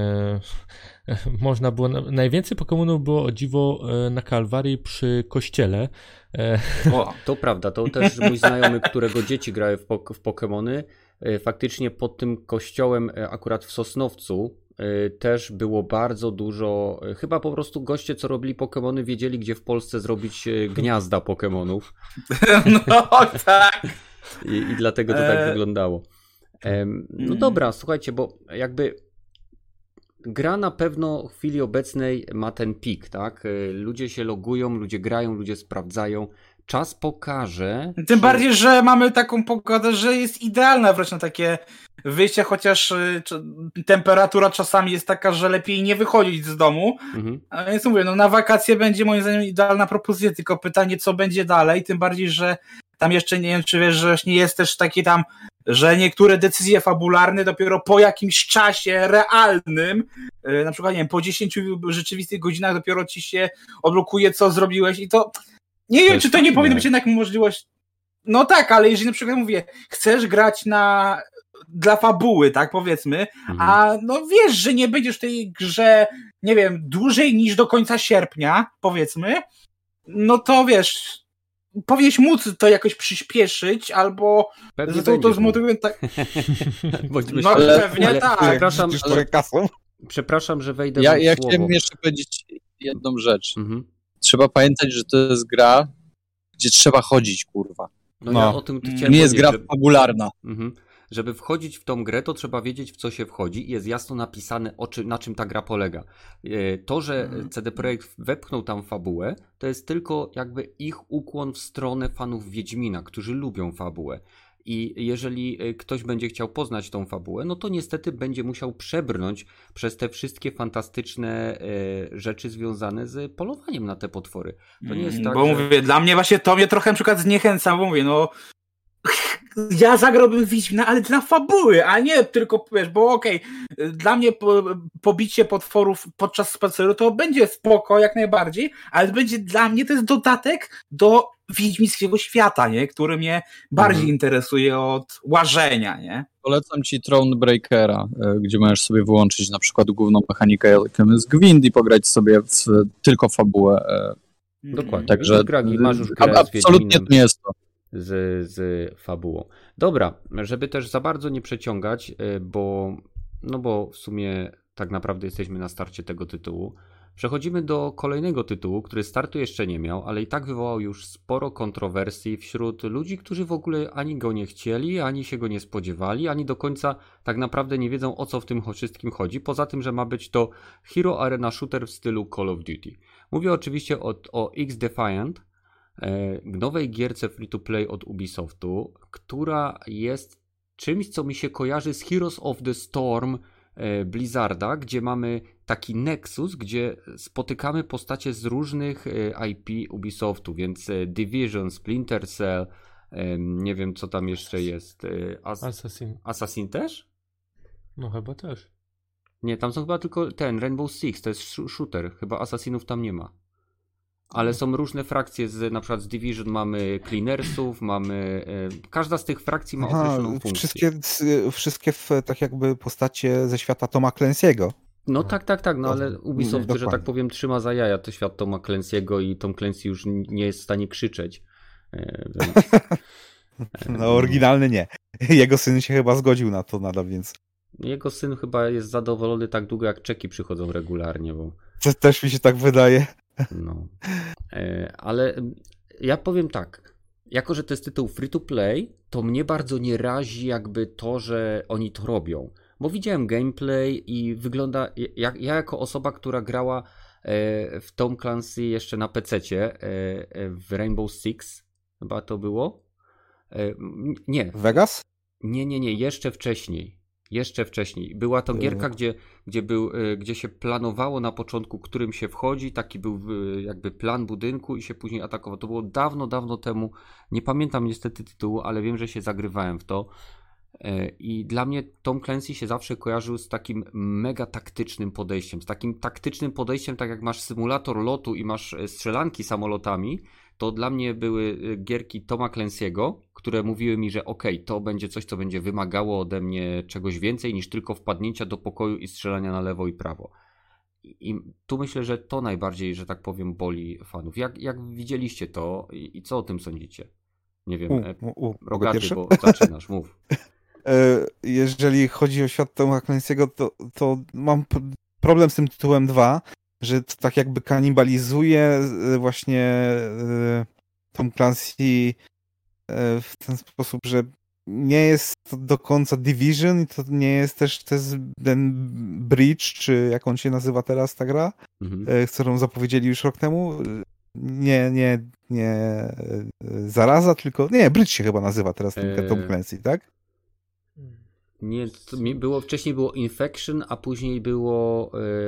można było, najwięcej Pokemonów było o dziwo na Kalwarii przy kościele. To prawda, to też mój znajomy, którego dzieci grały w Pokemony, faktycznie pod tym kościołem akurat w Sosnowcu też było bardzo dużo, chyba po prostu goście, co robili Pokemony, wiedzieli, gdzie w Polsce zrobić gniazda Pokemonów. No tak. I dlatego to tak wyglądało. No dobra, słuchajcie, bo jakby gra na pewno w chwili obecnej ma ten pik, tak? Ludzie się logują, ludzie grają, ludzie sprawdzają. Czas pokaże. Tym bardziej, że mamy taką pogodę, że jest idealna wręcz na takie wyjście, chociaż temperatura czasami jest taka, że lepiej nie wychodzić z domu. A więc mówię, na wakacje będzie moim zdaniem idealna propozycja, tylko pytanie, co będzie dalej, tym bardziej, że tam jeszcze nie wiem, czy wiesz, że nie jest też taki tam, że niektóre decyzje fabularne dopiero po jakimś czasie realnym, na przykład, nie wiem, po 10 rzeczywistych godzinach dopiero ci się odblokuje, co zrobiłeś i to nie wiem, czy to nie powinna być jednak możliwość. No tak, ale jeżeli na przykład mówię, chcesz grać dla fabuły, tak powiedzmy, a no wiesz, że nie będziesz w tej grze, nie wiem, dłużej niż do końca sierpnia, powiedzmy, no to wiesz, powinieneś móc to jakoś przyspieszyć, albo to zmotywuję tak. No pewnie tak. Przepraszam, że wejdę w Ja chciałem jeszcze powiedzieć jedną rzecz. Trzeba pamiętać, że to jest gra, gdzie trzeba chodzić, kurwa. Ja o tym chciałem nie jest gra fabularna. Żeby wchodzić w tą grę, to trzeba wiedzieć, w co się wchodzi i jest jasno napisane, na czym ta gra polega. To, że CD Projekt wepchnął tam fabułę, to jest tylko jakby ich ukłon w stronę fanów Wiedźmina, którzy lubią fabułę. I jeżeli ktoś będzie chciał poznać tą fabułę, no to niestety będzie musiał przebrnąć przez te wszystkie fantastyczne rzeczy związane z polowaniem na te potwory. To nie jest tak, bo mówię, dla mnie właśnie to mnie trochę na przykład zniechęca, bo mówię, no ja zagrałbym Wiedźmina, ale dla fabuły, a nie tylko, wiesz, bo okej, dla mnie pobicie potworów podczas spaceru to będzie spoko jak najbardziej, ale będzie dla mnie to jest dodatek do wiedźmińskiego świata, nie? Który mnie bardziej interesuje od łażenia, nie? Polecam ci Thronebreakera, gdzie możesz sobie wyłączyć na przykład główną mechanikę, jaką jest Gwint i pograć sobie tylko fabułę. Dokładnie. Także masz już grę absolutnie to nie jest to. Z fabułą. Dobra, żeby też za bardzo nie przeciągać, bo w sumie tak naprawdę jesteśmy na starcie tego tytułu. Przechodzimy do kolejnego tytułu, który startu jeszcze nie miał, ale i tak wywołał już sporo kontrowersji wśród ludzi, którzy w ogóle ani go nie chcieli, ani się go nie spodziewali, ani do końca tak naprawdę nie wiedzą, o co w tym wszystkim chodzi, poza tym, że ma być to Hero Arena Shooter w stylu Call of Duty. Mówię oczywiście o X-Defiant, nowej gierce free-to-play od Ubisoftu, która jest czymś, co mi się kojarzy z Heroes of the Storm Blizzarda, gdzie mamy taki nexus, gdzie spotykamy postacie z różnych IP Ubisoftu, więc Division, Splinter Cell, nie wiem co tam jeszcze jest. Assassin też? No chyba też. Nie, tam są chyba tylko Rainbow Six, to jest shooter, chyba Assassinów tam nie ma. Ale są różne frakcje, na przykład z Division mamy Cleanersów, mamy... Każda z tych frakcji ma określoną funkcję. Wszystkie tak jakby postacie ze świata Toma Clancy'ego. No tak, ale Ubisoft, że tak powiem, trzyma za jaja to świat Toma Clancy'ego i Tom Clancy już nie jest w stanie krzyczeć. Więc... No oryginalny nie. Jego syn się chyba zgodził na to nadal, więc... Jego syn chyba jest zadowolony tak długo, jak czeki przychodzą regularnie, bo... To też mi się tak wydaje. No, ale ja powiem tak, jako że to jest tytuł free to play, to mnie bardzo nie razi jakby to, że oni to robią, bo widziałem gameplay i wygląda, ja jako osoba, która grała w Tom Clancy jeszcze na PC-cie, w Rainbow Six, chyba to było? Nie. Vegas? Nie, jeszcze wcześniej. Była to gierka, gdzie się planowało na początku, którym się wchodzi, taki był jakby plan budynku i się później atakował. To było dawno temu, nie pamiętam niestety tytułu, ale wiem, że się zagrywałem w to. I dla mnie Tom Clancy się zawsze kojarzył z takim mega taktycznym podejściem. Z takim taktycznym podejściem, tak jak masz symulator lotu i masz strzelanki samolotami, to dla mnie były gierki Toma Clancy'ego, które mówiły mi, że to będzie coś, co będzie wymagało ode mnie czegoś więcej niż tylko wpadnięcia do pokoju i strzelania na lewo i prawo. I tu myślę, że to najbardziej, że tak powiem, boli fanów. Jak widzieliście to i co o tym sądzicie? Nie wiem, Rogaty, bo zaczynasz, mów. Jeżeli chodzi o świat Toma Clancy'ego, to mam problem z tym tytułem 2, że to tak jakby kanibalizuje właśnie Tom Clancy w ten sposób, że nie jest to do końca Division i to nie jest też ten Bridge, czy jak on się nazywa teraz ta gra, którą zapowiedzieli już rok temu. Nie Zaraza, tylko... Nie, Bridge się chyba nazywa teraz Tom Clancy, tak? Nie, wcześniej było Infection, a później było...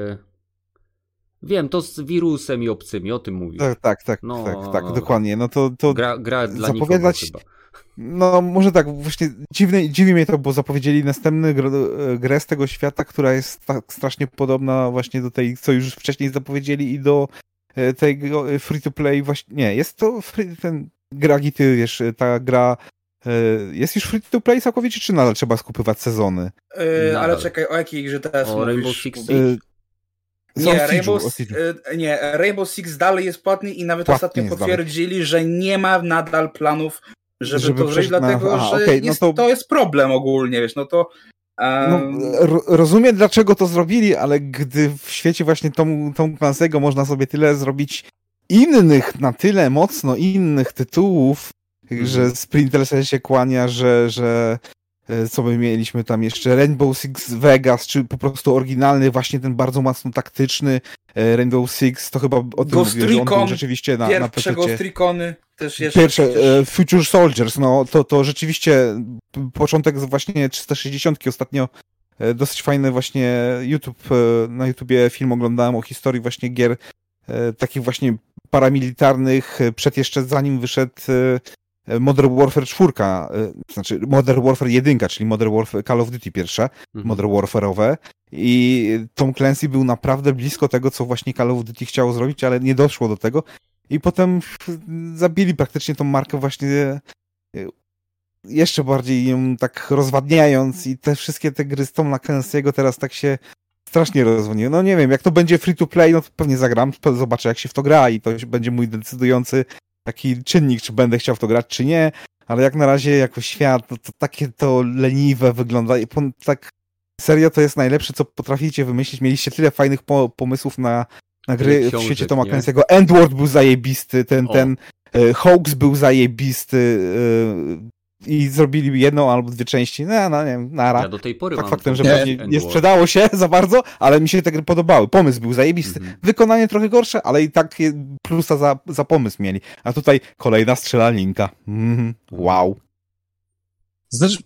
Wiem, to z wirusem i obcymi, o tym mówisz. Tak, dokładnie. No to gra dla zapowiadać chyba. No może tak, właśnie dziwi mnie to, bo zapowiedzieli następną grę z tego świata, która jest tak strasznie podobna właśnie do tej, co już wcześniej zapowiedzieli i do tego free-to-play właśnie, nie, jest to ten gra Gity, wiesz, ta gra jest już free-to-play całkowicie, czy nadal trzeba skupywać sezony? Ale czekaj, o jakiej grze teraz mówisz? Rainbow Six Rainbow Six dalej jest płatny i nawet ostatnio potwierdzili, że nie ma nadal planów, żeby to zrobić, dlatego że to jest problem ogólnie, wiesz, no to... rozumiem, dlaczego to zrobili, ale gdy w świecie właśnie Tom Clancy'ego można sobie tyle zrobić innych, na tyle mocno innych tytułów, że Splinter Cell się kłania, że co my mieliśmy tam jeszcze, Rainbow Six Vegas, czy po prostu oryginalny, właśnie ten bardzo mocno taktyczny Rainbow Six, to chyba o tym mówię, że on był rzeczywiście na pierwsze Ghost Recony. Też jeszcze Pierwsze, Future Soldiers, no to rzeczywiście początek właśnie 360 ostatnio dosyć fajny właśnie na YouTubie film oglądałem o historii właśnie gier takich właśnie paramilitarnych, przed zanim wyszedł Modern Warfare 4, znaczy Modern Warfare 1, czyli Modern Warfare Call of Duty pierwsze, Modern Warfare'owe, i Tom Clancy był naprawdę blisko tego, co właśnie Call of Duty chciało zrobić, ale nie doszło do tego i potem zabili praktycznie tą markę właśnie jeszcze bardziej ją tak rozwadniając, i te wszystkie te gry z Toma Clancy'ego teraz tak się strasznie rozwodniły. No nie wiem, jak to będzie free to play, no to pewnie zagram, zobaczę jak się w to gra i to będzie mój decydujący taki czynnik, czy będę chciał w to grać, czy nie, ale jak na razie jako świat, no to takie to leniwe wygląda i tak serio to jest najlepsze, co potraficie wymyślić. Mieliście tyle fajnych pomysłów na gry w świecie Toma Clancy'ego. Endward był zajebisty, ten Hoax był zajebisty i zrobili jedną albo dwie części. No nie wiem, nara. Ja do tej pory tak faktem, że pewnie nie sprzedało się za bardzo, ale mi się te gry podobały. Pomysł był zajebisty. Wykonanie trochę gorsze, ale i tak plusa za pomysł mieli. A tutaj kolejna strzelaninka. Wow. Znaczy...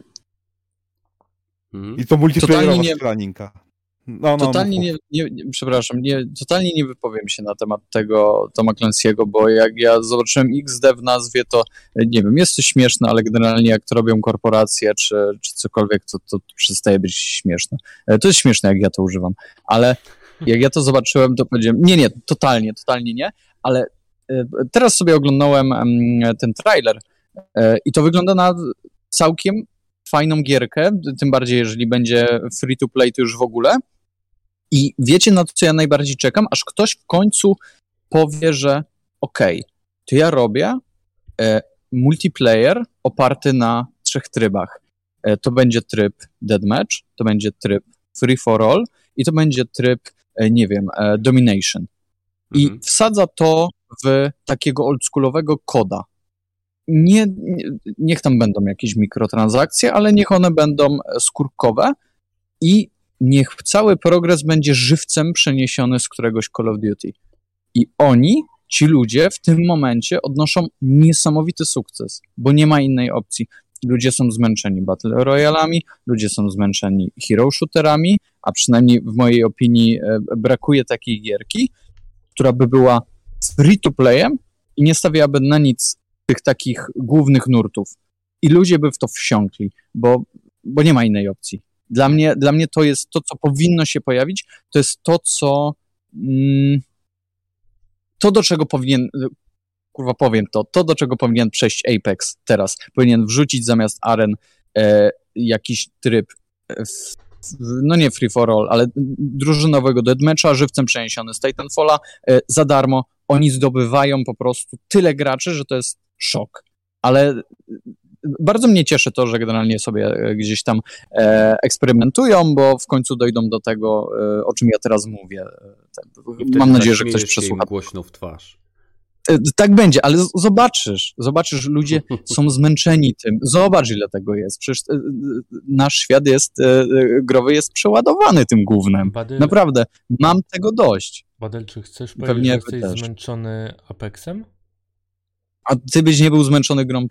I to multiplayerowa strzelaninka. Totalnie totalnie nie wypowiem się na temat tego Toma Clancy'ego, bo jak ja zobaczyłem XD w nazwie, to nie wiem, jest to śmieszne, ale generalnie jak to robią korporacje, czy cokolwiek, to przestaje być śmieszne. To jest śmieszne, jak ja to używam, ale jak ja to zobaczyłem, to powiedziałem, nie, totalnie nie, ale teraz sobie oglądałem ten trailer i to wygląda na całkiem fajną gierkę, tym bardziej jeżeli będzie free to play, to już w ogóle. I wiecie, na co ja najbardziej czekam? Aż ktoś w końcu powie, że okej, to ja robię multiplayer oparty na 3 trybach. To będzie tryb deathmatch, to będzie tryb free for all i to będzie tryb, nie wiem, domination. I wsadza to w takiego oldschoolowego koda. Niech tam będą jakieś mikrotransakcje, ale niech one będą skórkowe i niech cały progres będzie żywcem przeniesiony z któregoś Call of Duty. I ci ludzie w tym momencie odnoszą niesamowity sukces, bo nie ma innej opcji. Ludzie są zmęczeni Battle Royalami, ludzie są zmęczeni hero shooterami, a przynajmniej w mojej opinii brakuje takiej gierki, która by była free to playem i nie stawiałaby na nic tych takich głównych nurtów. I ludzie by w to wsiąkli, bo nie ma innej opcji. Dla mnie to jest to, co powinno się pojawić, to jest to, co to, do czego powinien do czego powinien przejść Apex teraz. Powinien wrzucić zamiast aren jakiś tryb no nie free for all, ale drużynowego deathmatcha, żywcem przeniesiony z Titanfalla za darmo. Oni zdobywają po prostu tyle graczy, że to jest szok. Ale bardzo mnie cieszy to, że generalnie sobie gdzieś tam eksperymentują, bo w końcu dojdą do tego, o czym ja teraz mówię. Mam nadzieję, że ktoś przesłucha. Głośno w twarz. Tak będzie, ale zobaczysz, ludzie są zmęczeni tym. Zobacz, ile tego jest. Przecież nasz świat growy jest przeładowany tym gównem. Naprawdę, mam tego dość. Badel, czy chcesz powiedzieć, że jesteś zmęczony Apexem? A ty byś nie był zmęczony grą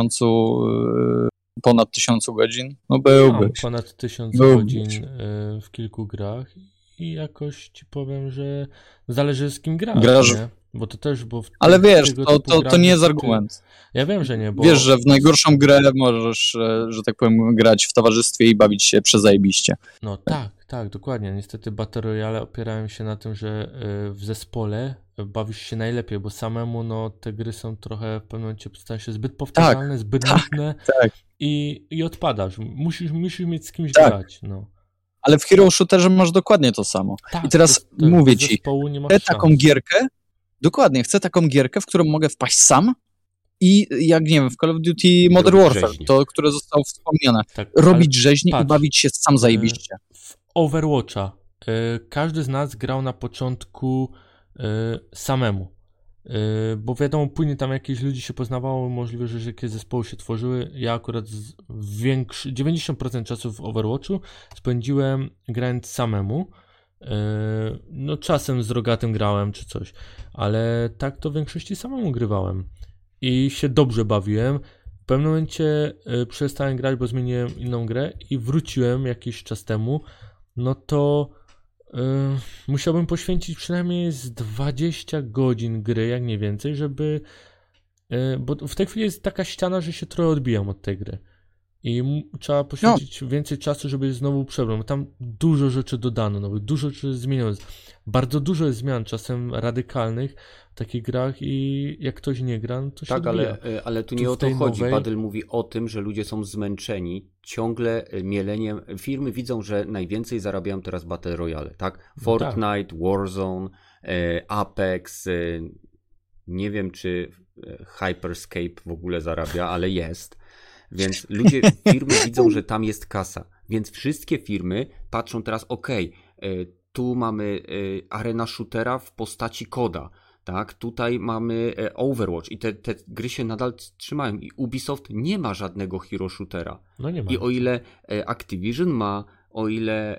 ponad 1000 godzin? No byłbyś. Ponad 1000 godzin w kilku grach i jakoś ci powiem, że zależy z kim grasz. Nie? Bo to też, ale wiesz, to nie jest argument. Ja wiem, że nie, bo... Wiesz, że w najgorszą grę możesz, że tak powiem, grać w towarzystwie i bawić się przezajebiście. No tak, dokładnie. Niestety Battle Royale opierają się na tym, że w zespole bawisz się najlepiej, bo samemu te gry są trochę w pewnym momencie stają się zbyt powtarzalne, zbyt nudne i odpadasz. Musisz mieć z kimś grać. No. Ale w hero shooterze masz dokładnie to samo. I teraz mówię ci, chcę taką gierkę, w którą mogę wpaść sam i jak nie wiem, w Call of Duty Modern Warfare, to, które zostało wspomniane, robić rzeźni i bawić się sam zajebiście. W Overwatcha każdy z nas grał na początku samemu, bo wiadomo, później tam jakieś ludzi się poznawało, możliwe, że jakieś zespoły się tworzyły. Ja akurat 90% czasu w Overwatchu spędziłem grając samemu. No czasem z Rogatym grałem czy coś, ale tak to w większości samemu grywałem. i się dobrze bawiłem. W pewnym momencie przestałem grać, bo zmieniłem inną grę i wróciłem jakiś czas temu, no to musiałbym poświęcić przynajmniej z 20 godzin gry, jak nie więcej, żeby... Bo w tej chwili jest taka ściana, że się trochę odbijam od tej gry. I trzeba poświęcić więcej czasu, żeby znowu przebrać. Tam dużo rzeczy dodano, dużo rzeczy zmieniono. Bardzo dużo jest zmian, czasem radykalnych w takich grach i jak ktoś nie gra, no to się odbija. ale tu nie o to chodzi. Paddle mówi o tym, że ludzie są zmęczeni ciągle mieleniem. Firmy widzą, że najwięcej zarabiają teraz Battle Royale, tak? Fortnite, Warzone, Apex, nie wiem czy Hyperscape w ogóle zarabia, ale jest. Więc firmy widzą, że tam jest kasa. Więc wszystkie firmy patrzą teraz, tu mamy arena shootera w postaci koda, tak? Tutaj mamy Overwatch i te gry się nadal trzymają. I Ubisoft nie ma żadnego hero shootera. No nie ma. I o ile Activision ma, o ile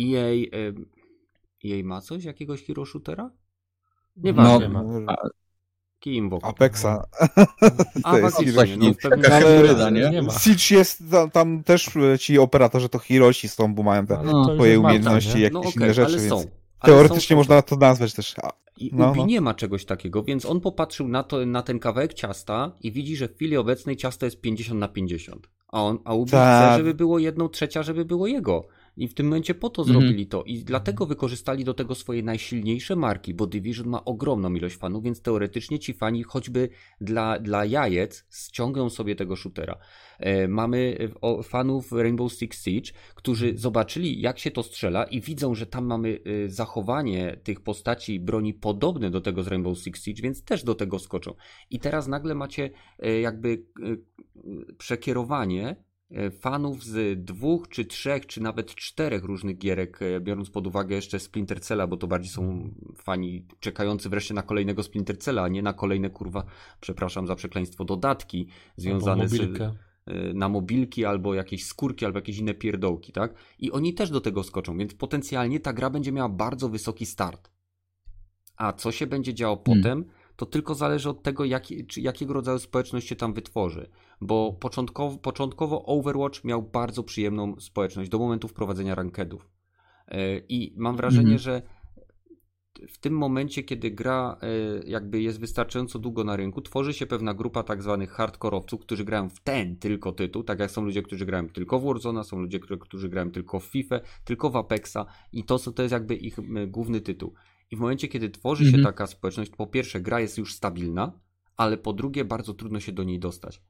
EA ma coś, jakiegoś hero shootera? Nie ma. Kim w ogóle? Apexa. A faktycznie, no w pewnym ale Siege jest, tam też ci operatorzy to herosi są, bo mają te swoje umiejętności i jakieś inne rzeczy, więc teoretycznie można to nazwać też. I Ubi nie ma czegoś takiego, więc on popatrzył na ten kawałek ciasta i widzi, że w chwili obecnej ciasto jest 50/50. A Ubi chce, żeby było 1/3, żeby było jego. I w tym momencie po to zrobili to i dlatego wykorzystali do tego swoje najsilniejsze marki, bo Division ma ogromną ilość fanów, więc teoretycznie ci fani choćby dla jajec ściągną sobie tego shootera. Mamy fanów Rainbow Six Siege, którzy zobaczyli jak się to strzela i widzą, że tam mamy zachowanie tych postaci broni podobne do tego z Rainbow Six Siege, więc też do tego skoczą. I teraz nagle macie jakby przekierowanie fanów z 2 czy 3 czy nawet 4 różnych gierek, biorąc pod uwagę jeszcze Splinter Cella, bo to bardziej są fani czekający wreszcie na kolejnego Splinter Cella, a nie na kolejne przepraszam za przekleństwo, dodatki związane na mobilki albo jakieś skórki, albo jakieś inne pierdołki, tak? I oni też do tego skoczą, więc potencjalnie ta gra będzie miała bardzo wysoki start. A co się będzie działo potem, to tylko zależy od tego, jakiego rodzaju społeczność się tam wytworzy. Bo początkowo Overwatch miał bardzo przyjemną społeczność do momentu wprowadzenia rankedów. I mam wrażenie, że w tym momencie, kiedy gra jakby jest wystarczająco długo na rynku, tworzy się pewna grupa tak zwanych hardkorowców, którzy grają w ten tylko tytuł, tak jak są ludzie, którzy grają tylko w Warzona, są ludzie, którzy grają tylko w FIFA, tylko w Apexa i to jest jakby ich główny tytuł. I w momencie, kiedy tworzy się taka społeczność, po pierwsze gra jest już stabilna, ale po drugie bardzo trudno się do niej dostać.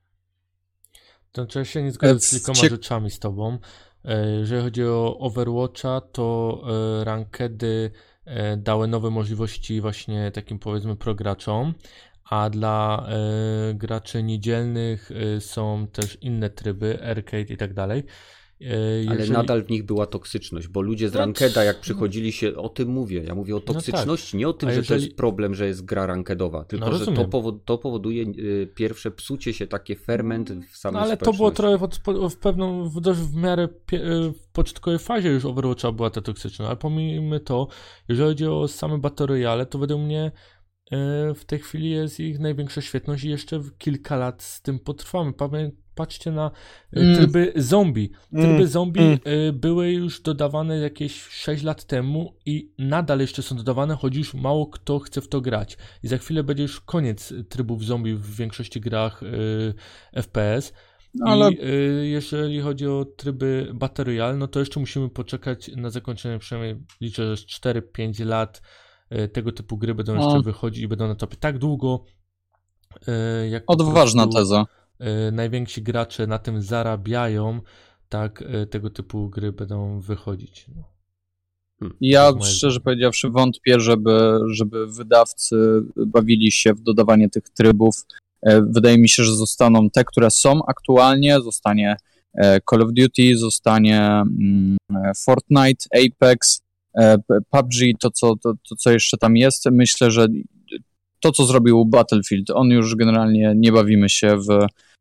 To ja się nie zgadzam z kilkoma rzeczami z tobą. Jeżeli chodzi o Overwatcha, to rankedy dały nowe możliwości właśnie takim powiedzmy prograczom, a dla graczy niedzielnych są też inne tryby, arcade i tak dalej. Ale nadal w nich była toksyczność, bo ludzie z rankeda jak przychodzili się, o tym mówię, ja mówię o toksyczności, nie o tym, że to jest problem, że jest gra rankedowa, tylko że to powoduje pierwsze psucie się, takie ferment w samej ale to było trochę w miarę w początkowej fazie już Overwatcha była ta toksyczność, ale pomijmy to, jeżeli chodzi o same Battle Royale, to według mnie w tej chwili jest ich największa świetność i jeszcze kilka lat z tym potrwamy. Patrzcie na tryby zombie. Tryby zombie były już dodawane jakieś 6 lat temu i nadal jeszcze są dodawane, choć już mało kto chce w to grać. I za chwilę będzie już koniec trybów zombie w większości grach FPS. Ale... I jeżeli chodzi o tryby Battle Royale, no to jeszcze musimy poczekać na zakończenie, przynajmniej liczę, że 4-5 lat tego typu gry będą jeszcze wychodzić i będą na topie tak długo, jak odważna teza. Najwięksi gracze na tym zarabiają, tak tego typu gry będą wychodzić. Ja szczerze powiedziawszy wątpię, żeby wydawcy bawili się w dodawanie tych trybów. Wydaje mi się, że zostaną te, które są aktualnie, zostanie Call of Duty, zostanie Fortnite, Apex, PUBG, to co jeszcze tam jest. Myślę, że to, co zrobił Battlefield, on już generalnie nie bawimy się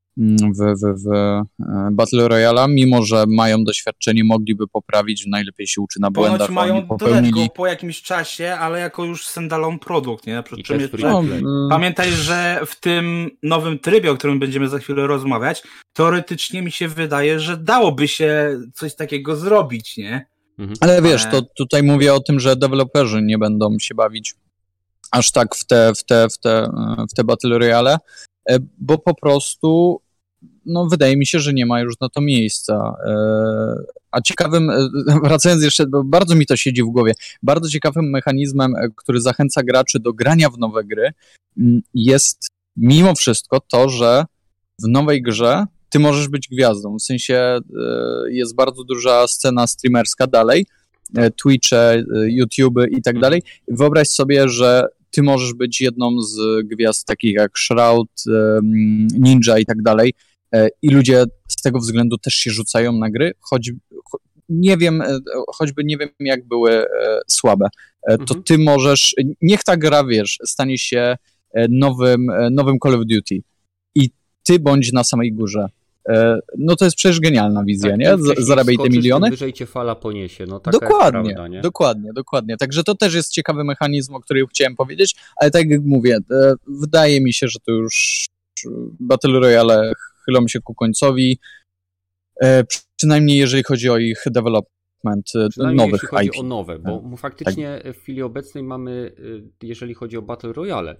w Battle Royale, mimo że mają doświadczenie, mogliby poprawić, najlepiej się uczy na błędach. Ponoć mają dodatkowo po jakimś czasie, ale jako już standalone produkt, nie? Pamiętaj, że w tym nowym trybie, o którym będziemy za chwilę rozmawiać, teoretycznie mi się wydaje, że dałoby się coś takiego zrobić, nie? Ale wiesz, to tutaj mówię o tym, że deweloperzy nie będą się bawić aż tak w te Battle Royale, bo po prostu wydaje mi się, że nie ma już na to miejsca. A ciekawym, wracając jeszcze, bo bardzo mi to siedzi w głowie, bardzo ciekawym mechanizmem, który zachęca graczy do grania w nowe gry, jest mimo wszystko to, że w nowej grze ty możesz być gwiazdą. W sensie jest bardzo duża scena streamerska dalej, Twitche, YouTube i tak dalej. Wyobraź sobie, że ty możesz być jedną z gwiazd takich jak Shroud, Ninja i tak dalej i ludzie z tego względu też się rzucają na gry, choćby nie wiem jak były słabe. To ty możesz, niech ta gra, wiesz, stanie się nowym Call of Duty i ty bądź na samej górze. No to jest przecież genialna wizja, nie? Zarabiaj te miliony. Tym wyżej cię fala poniesie. No, taka dokładnie, jest prawda, nie? Dokładnie. Także to też jest ciekawy mechanizm, o którym chciałem powiedzieć, ale tak jak mówię, wydaje mi się, że to już Battle Royale chylą się ku końcowi, przynajmniej jeżeli chodzi o ich development nowych jeśli chodzi IP. o nowe, bo faktycznie w chwili obecnej mamy, jeżeli chodzi o Battle Royale,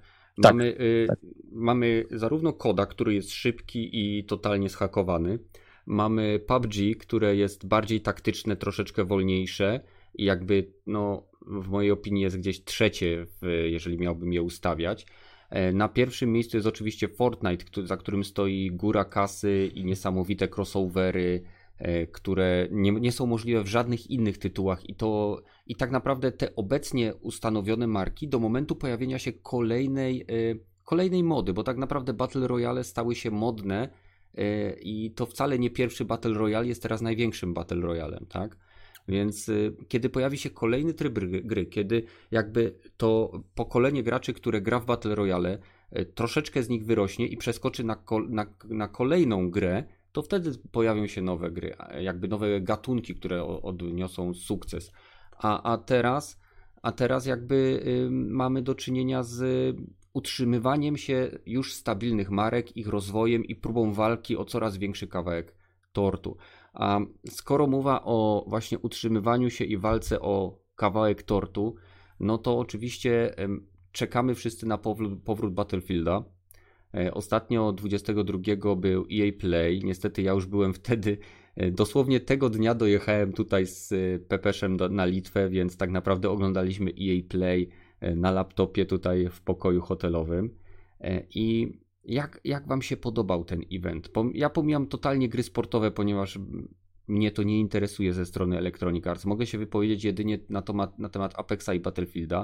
mamy zarówno Koda, który jest szybki i totalnie zhakowany. Mamy PUBG, które jest bardziej taktyczne, troszeczkę wolniejsze i jakby, w mojej opinii jest gdzieś trzecie, jeżeli miałbym je ustawiać. Na pierwszym miejscu jest oczywiście Fortnite, za którym stoi góra kasy i niesamowite crossovery, które nie są możliwe w żadnych innych tytułach i tak naprawdę te obecnie ustanowione marki do momentu pojawienia się kolejnej mody, bo tak naprawdę Battle Royale stały się modne i to wcale nie pierwszy Battle Royale jest teraz największym Battle Royalem, tak? Więc kiedy pojawi się kolejny tryb gry, kiedy jakby to pokolenie graczy, które gra w Battle Royale, troszeczkę z nich wyrośnie i przeskoczy na kolejną grę, to wtedy pojawią się nowe gry, jakby nowe gatunki, które odniosą sukces. A teraz jakby mamy do czynienia z utrzymywaniem się już stabilnych marek, ich rozwojem i próbą walki o coraz większy kawałek tortu. A skoro mowa o właśnie utrzymywaniu się i walce o kawałek tortu, no to oczywiście czekamy wszyscy na powrót Battlefielda. Ostatnio 22 był EA Play, niestety ja już byłem wtedy, dosłownie tego dnia dojechałem tutaj z Pepeszem na Litwę, więc tak naprawdę oglądaliśmy EA Play na laptopie tutaj w pokoju hotelowym. I jak wam się podobał ten event? Ja pomijam totalnie gry sportowe, ponieważ mnie to nie interesuje ze strony Electronic Arts. Mogę się wypowiedzieć jedynie na temat Apexa i Battlefielda.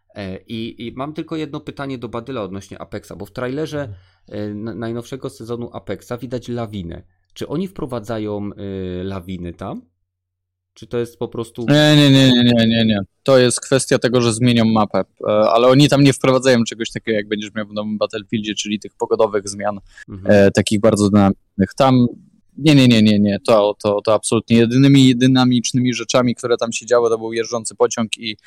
I mam tylko jedno pytanie do Badyla odnośnie Apexa, bo w trailerze najnowszego sezonu Apexa widać lawinę. Czy oni wprowadzają lawiny tam? Czy to jest po prostu... Nie. To jest kwestia tego, że zmienią mapę, ale oni tam nie wprowadzają czegoś takiego, jak będziesz miał w nowym Battlefieldzie, czyli tych pogodowych zmian, takich bardzo dynamicznych. Tam nie. To absolutnie jedynymi dynamicznymi rzeczami, które tam się działy, to był jeżdżący pociąg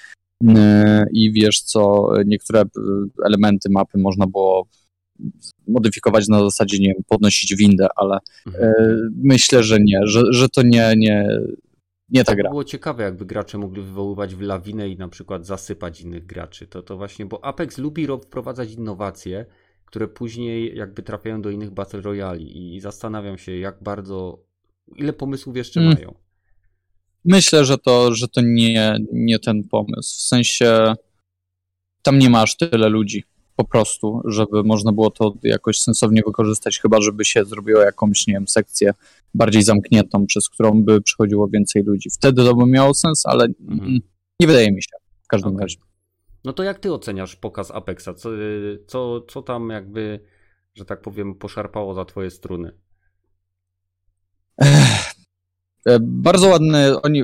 i wiesz co, niektóre elementy mapy można było modyfikować na zasadzie, nie wiem, podnosić windę, ale myślę, że nie, że to nie ta gra. Było ciekawe, jakby gracze mogli wywoływać w lawinę i na przykład zasypać innych graczy. To właśnie, bo Apex lubi wprowadzać innowacje, które później jakby trafiają do innych Battle Royale i zastanawiam się, ile pomysłów jeszcze mają. Myślę, że to nie ten pomysł. W sensie tam nie ma aż tyle ludzi po prostu, żeby można było to jakoś sensownie wykorzystać, chyba żeby się zrobiło jakąś, nie wiem, sekcję bardziej zamkniętą, przez którą by przychodziło więcej ludzi. Wtedy to by miało sens, ale nie wydaje mi się w każdym razie. No to jak ty oceniasz pokaz Apexa? Co tam jakby, że tak powiem, poszarpało za twoje struny? Bardzo ładne, oni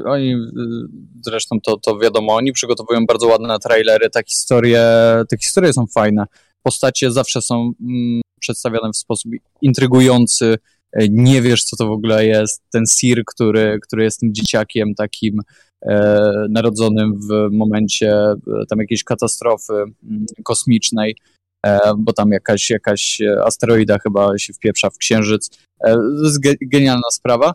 zresztą to wiadomo, oni przygotowują bardzo ładne trailery, te historie są fajne. postacie zawsze są przedstawione w sposób intrygujący, nie wiesz, co to w ogóle jest. Ten Sir, który jest tym dzieciakiem takim narodzonym w momencie tam jakiejś katastrofy kosmicznej, bo tam jakaś asteroida chyba się wpieprza w Księżyc. To jest genialna sprawa,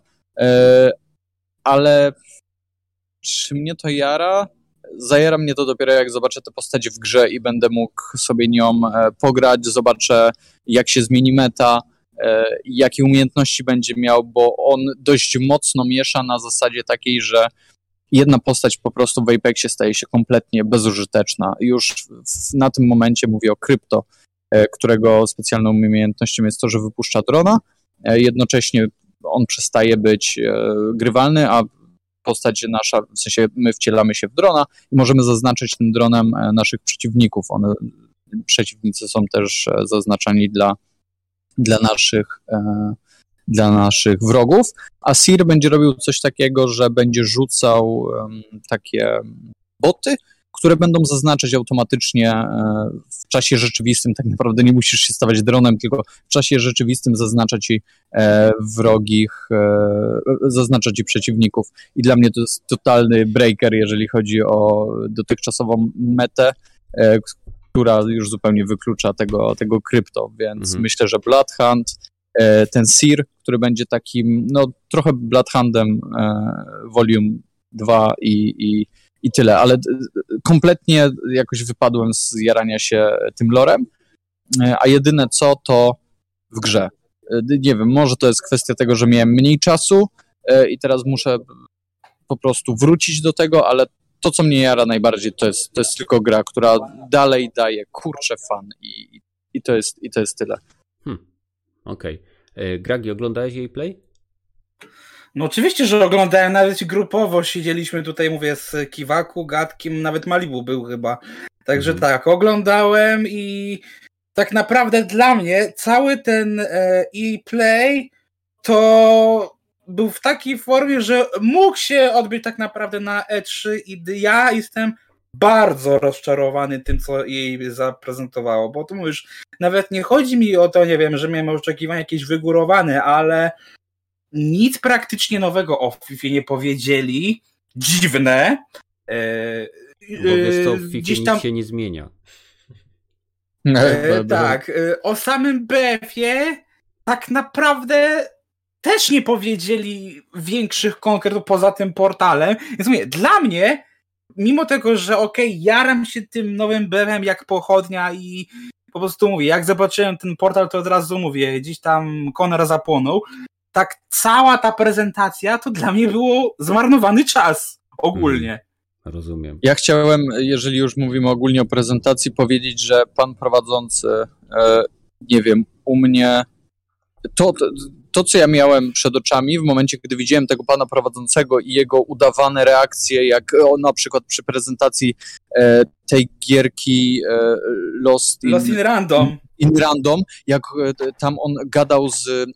ale czy mnie to jara? Zajara mnie to dopiero jak zobaczę tę postać w grze i będę mógł sobie nią pograć, zobaczę jak się zmieni meta, jakie umiejętności będzie miał, bo on dość mocno miesza na zasadzie takiej, że jedna postać po prostu w Apexie staje się kompletnie bezużyteczna. Już na tym momencie mówię o Krypto, którego specjalną umiejętnością jest to, że wypuszcza drona, jednocześnie on przestaje być grywalny, a postać nasza, w sensie my wcielamy się w drona i możemy zaznaczyć tym dronem naszych przeciwników. Przeciwnicy są też zaznaczani dla naszych wrogów, a Sir będzie robił coś takiego, że będzie rzucał takie boty, które będą zaznaczać automatycznie w czasie rzeczywistym, tak naprawdę nie musisz się stawać dronem, tylko w czasie rzeczywistym zaznacza ci zaznacza ci przeciwników i dla mnie to jest totalny breaker, jeżeli chodzi o dotychczasową metę, która już zupełnie wyklucza tego krypto, więc myślę, że Bloodhound, ten Sir, który będzie takim, no trochę Bloodhoundem Volume 2 i tyle, ale kompletnie jakoś wypadłem z jarania się tym lorem, a jedyne co to w grze. Nie wiem, może to jest kwestia tego, że miałem mniej czasu i teraz muszę po prostu wrócić do tego, ale to, co mnie jara najbardziej, to jest tylko gra, która dalej daje kurczę fan i to jest tyle. Okej. Gragi, oglądałeś jej play? No oczywiście, że oglądałem, nawet grupowo siedzieliśmy tutaj, mówię, z Kiwaku, Gatkim, nawet Malibu był chyba. Także tak, oglądałem i tak naprawdę dla mnie cały ten e-play to był w takiej formie, że mógł się odbyć tak naprawdę na E3 i ja jestem bardzo rozczarowany tym, co jej zaprezentowało, bo tu mówisz, nawet nie chodzi mi o to, nie wiem, że miałem oczekiwania jakieś wygórowane, ale nic praktycznie nowego o FIFA nie powiedzieli. Dziwne. Bo wiesz co, w FIFA nic się nie zmienia. Tak. O samym BF-ie tak naprawdę też nie powiedzieli większych konkretów poza tym portalem. Więc mówię, dla mnie, mimo tego, że jaram się tym nowym BF-em jak pochodnia i po prostu mówię, jak zobaczyłem ten portal, to od razu mówię, gdzieś tam Konrad zapłonął. Tak cała ta prezentacja to dla mnie było zmarnowany czas ogólnie. Rozumiem. Ja chciałem, jeżeli już mówimy ogólnie o prezentacji, powiedzieć, że pan prowadzący, nie wiem, u mnie to, co ja miałem przed oczami w momencie, gdy widziałem tego pana prowadzącego i jego udawane reakcje, jak na przykład przy prezentacji tej gierki Lost in Random. In Random, jak tam on gadał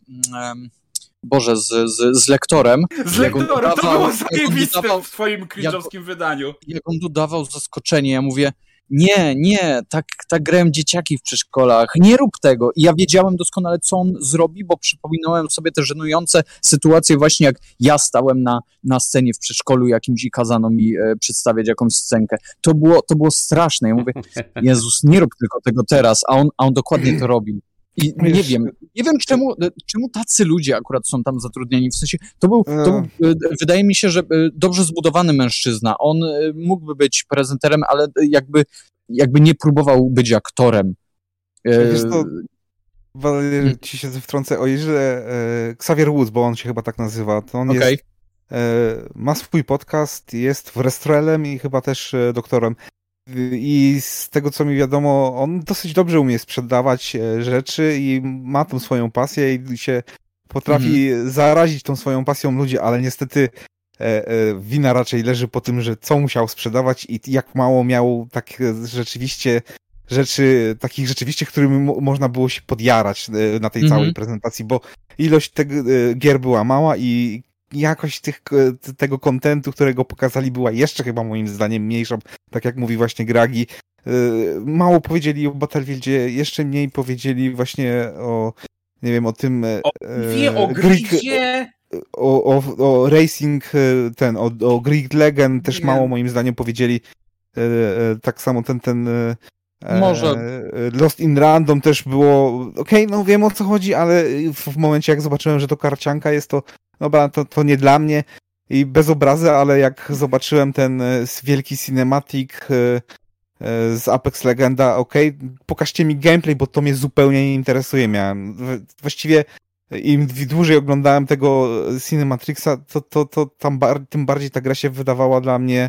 z lektorem. Z lektorem, to było zajebiste w twoim cringe'owskim wydaniu. Jak on dodawał zaskoczenie, ja mówię, nie, tak grają dzieciaki w przedszkolach, nie rób tego. I ja wiedziałem doskonale, co on zrobi, bo przypominałem sobie te żenujące sytuacje właśnie, jak ja stałem na scenie w przedszkolu jakimś i kazano mi przedstawiać jakąś scenkę. To było straszne. Ja mówię, Jezus, nie rób tylko tego teraz, a on dokładnie to robi. I nie wiem czemu tacy ludzie akurat są tam zatrudnieni, w sensie to był wydaje mi się, że dobrze zbudowany mężczyzna, on mógłby być prezenterem, ale jakby nie próbował być aktorem. Wiesz to, ci się wtrącę, że Xavier Woods, bo on się chyba tak nazywa, to on jest, ma swój podcast, jest wrestrelem i chyba też doktorem. I z tego, co mi wiadomo, on dosyć dobrze umie sprzedawać rzeczy i ma tą swoją pasję i się potrafi zarazić tą swoją pasją ludzi, ale niestety wina raczej leży po tym, że co musiał sprzedawać i jak mało miał takich rzeczywiście, którymi można było się podjarać na tej całej prezentacji, bo ilość gier była mała i jakość tego kontentu, którego pokazali, była jeszcze chyba moim zdaniem mniejsza, tak jak mówi właśnie Gragi. mało powiedzieli o Battlefieldzie, jeszcze mniej powiedzieli właśnie o, nie wiem, o tym... o gridzie! O Racing, o Grid Legend też mało moim zdaniem powiedzieli. Tak samo ten może Lost in Random też było okej, no wiem o co chodzi, ale w momencie jak zobaczyłem, że to karcianka jest, to dobra, to nie dla mnie i bez obrazy, ale jak zobaczyłem ten wielki cinematic z Apex Legenda, pokażcie mi gameplay, bo to mnie zupełnie nie interesuje. Właściwie im dłużej oglądałem tego Cinematrixa, to tym bardziej ta gra się wydawała dla mnie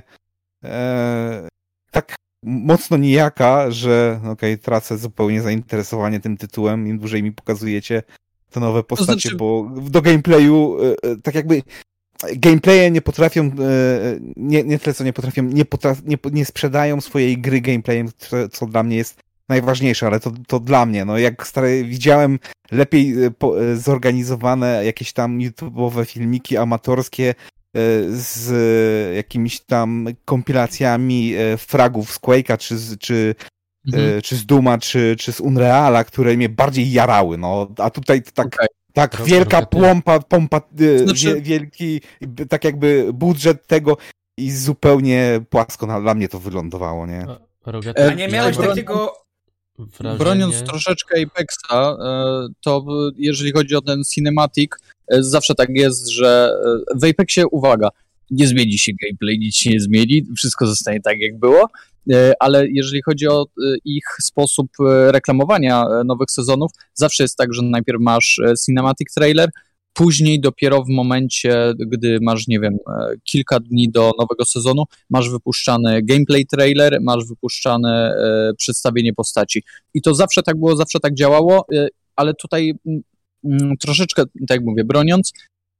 tak mocno nijaka, że tracę zupełnie zainteresowanie tym tytułem, im dłużej mi pokazujecie te nowe postacie, bo do gameplayu tak jakby gameplaye nie potrafią, nie tyle co nie potrafią, nie sprzedają swojej gry gameplayem, co dla mnie jest najważniejsze, ale to dla mnie, no jak widziałem lepiej zorganizowane jakieś tam YouTube'owe filmiki amatorskie z jakimiś tam kompilacjami fragów z Quake'a, czy z Dooma, czy z Unreala, które mnie bardziej jarały, no, a tutaj to tak wielka pompa, wielki, tak jakby budżet tego i zupełnie płasko dla mnie to wylądowało, nie? A nie miałeś takiego... Broniąc troszeczkę Apexa, to jeżeli chodzi o ten cinematic, zawsze tak jest, że w Apexie, uwaga, nie zmieni się gameplay, nic się nie zmieni, wszystko zostanie tak jak było, ale jeżeli chodzi o ich sposób reklamowania nowych sezonów, zawsze jest tak, że najpierw masz cinematic trailer, później dopiero w momencie, gdy masz, nie wiem, kilka dni do nowego sezonu, masz wypuszczany gameplay trailer, masz wypuszczane przedstawienie postaci. I to zawsze tak było, zawsze tak działało, ale tutaj troszeczkę, tak jak mówię, broniąc,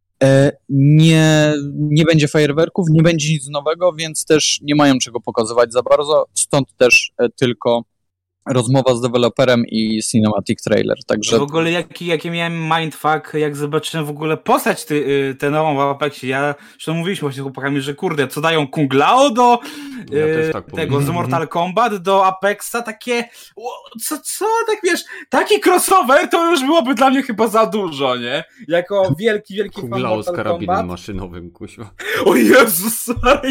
nie będzie fajerwerków, nie będzie nic nowego, więc też nie mają czego pokazywać za bardzo, stąd też tylko rozmowa z deweloperem i cinematic trailer, także... W ogóle jaki miałem mindfuck, jak zobaczyłem w ogóle postać tę nową w Apexie. Zresztą mówiliśmy właśnie z chłopakami, że kurde, co dają Kung Lao do tego z Mortal Kombat do Apexa, takie co, tak wiesz, taki crossover to już byłoby dla mnie chyba za dużo, nie? Jako wielki Kung fan Lao Mortal z karabinem Kombat. maszynowym, kuźwa. O Jezus,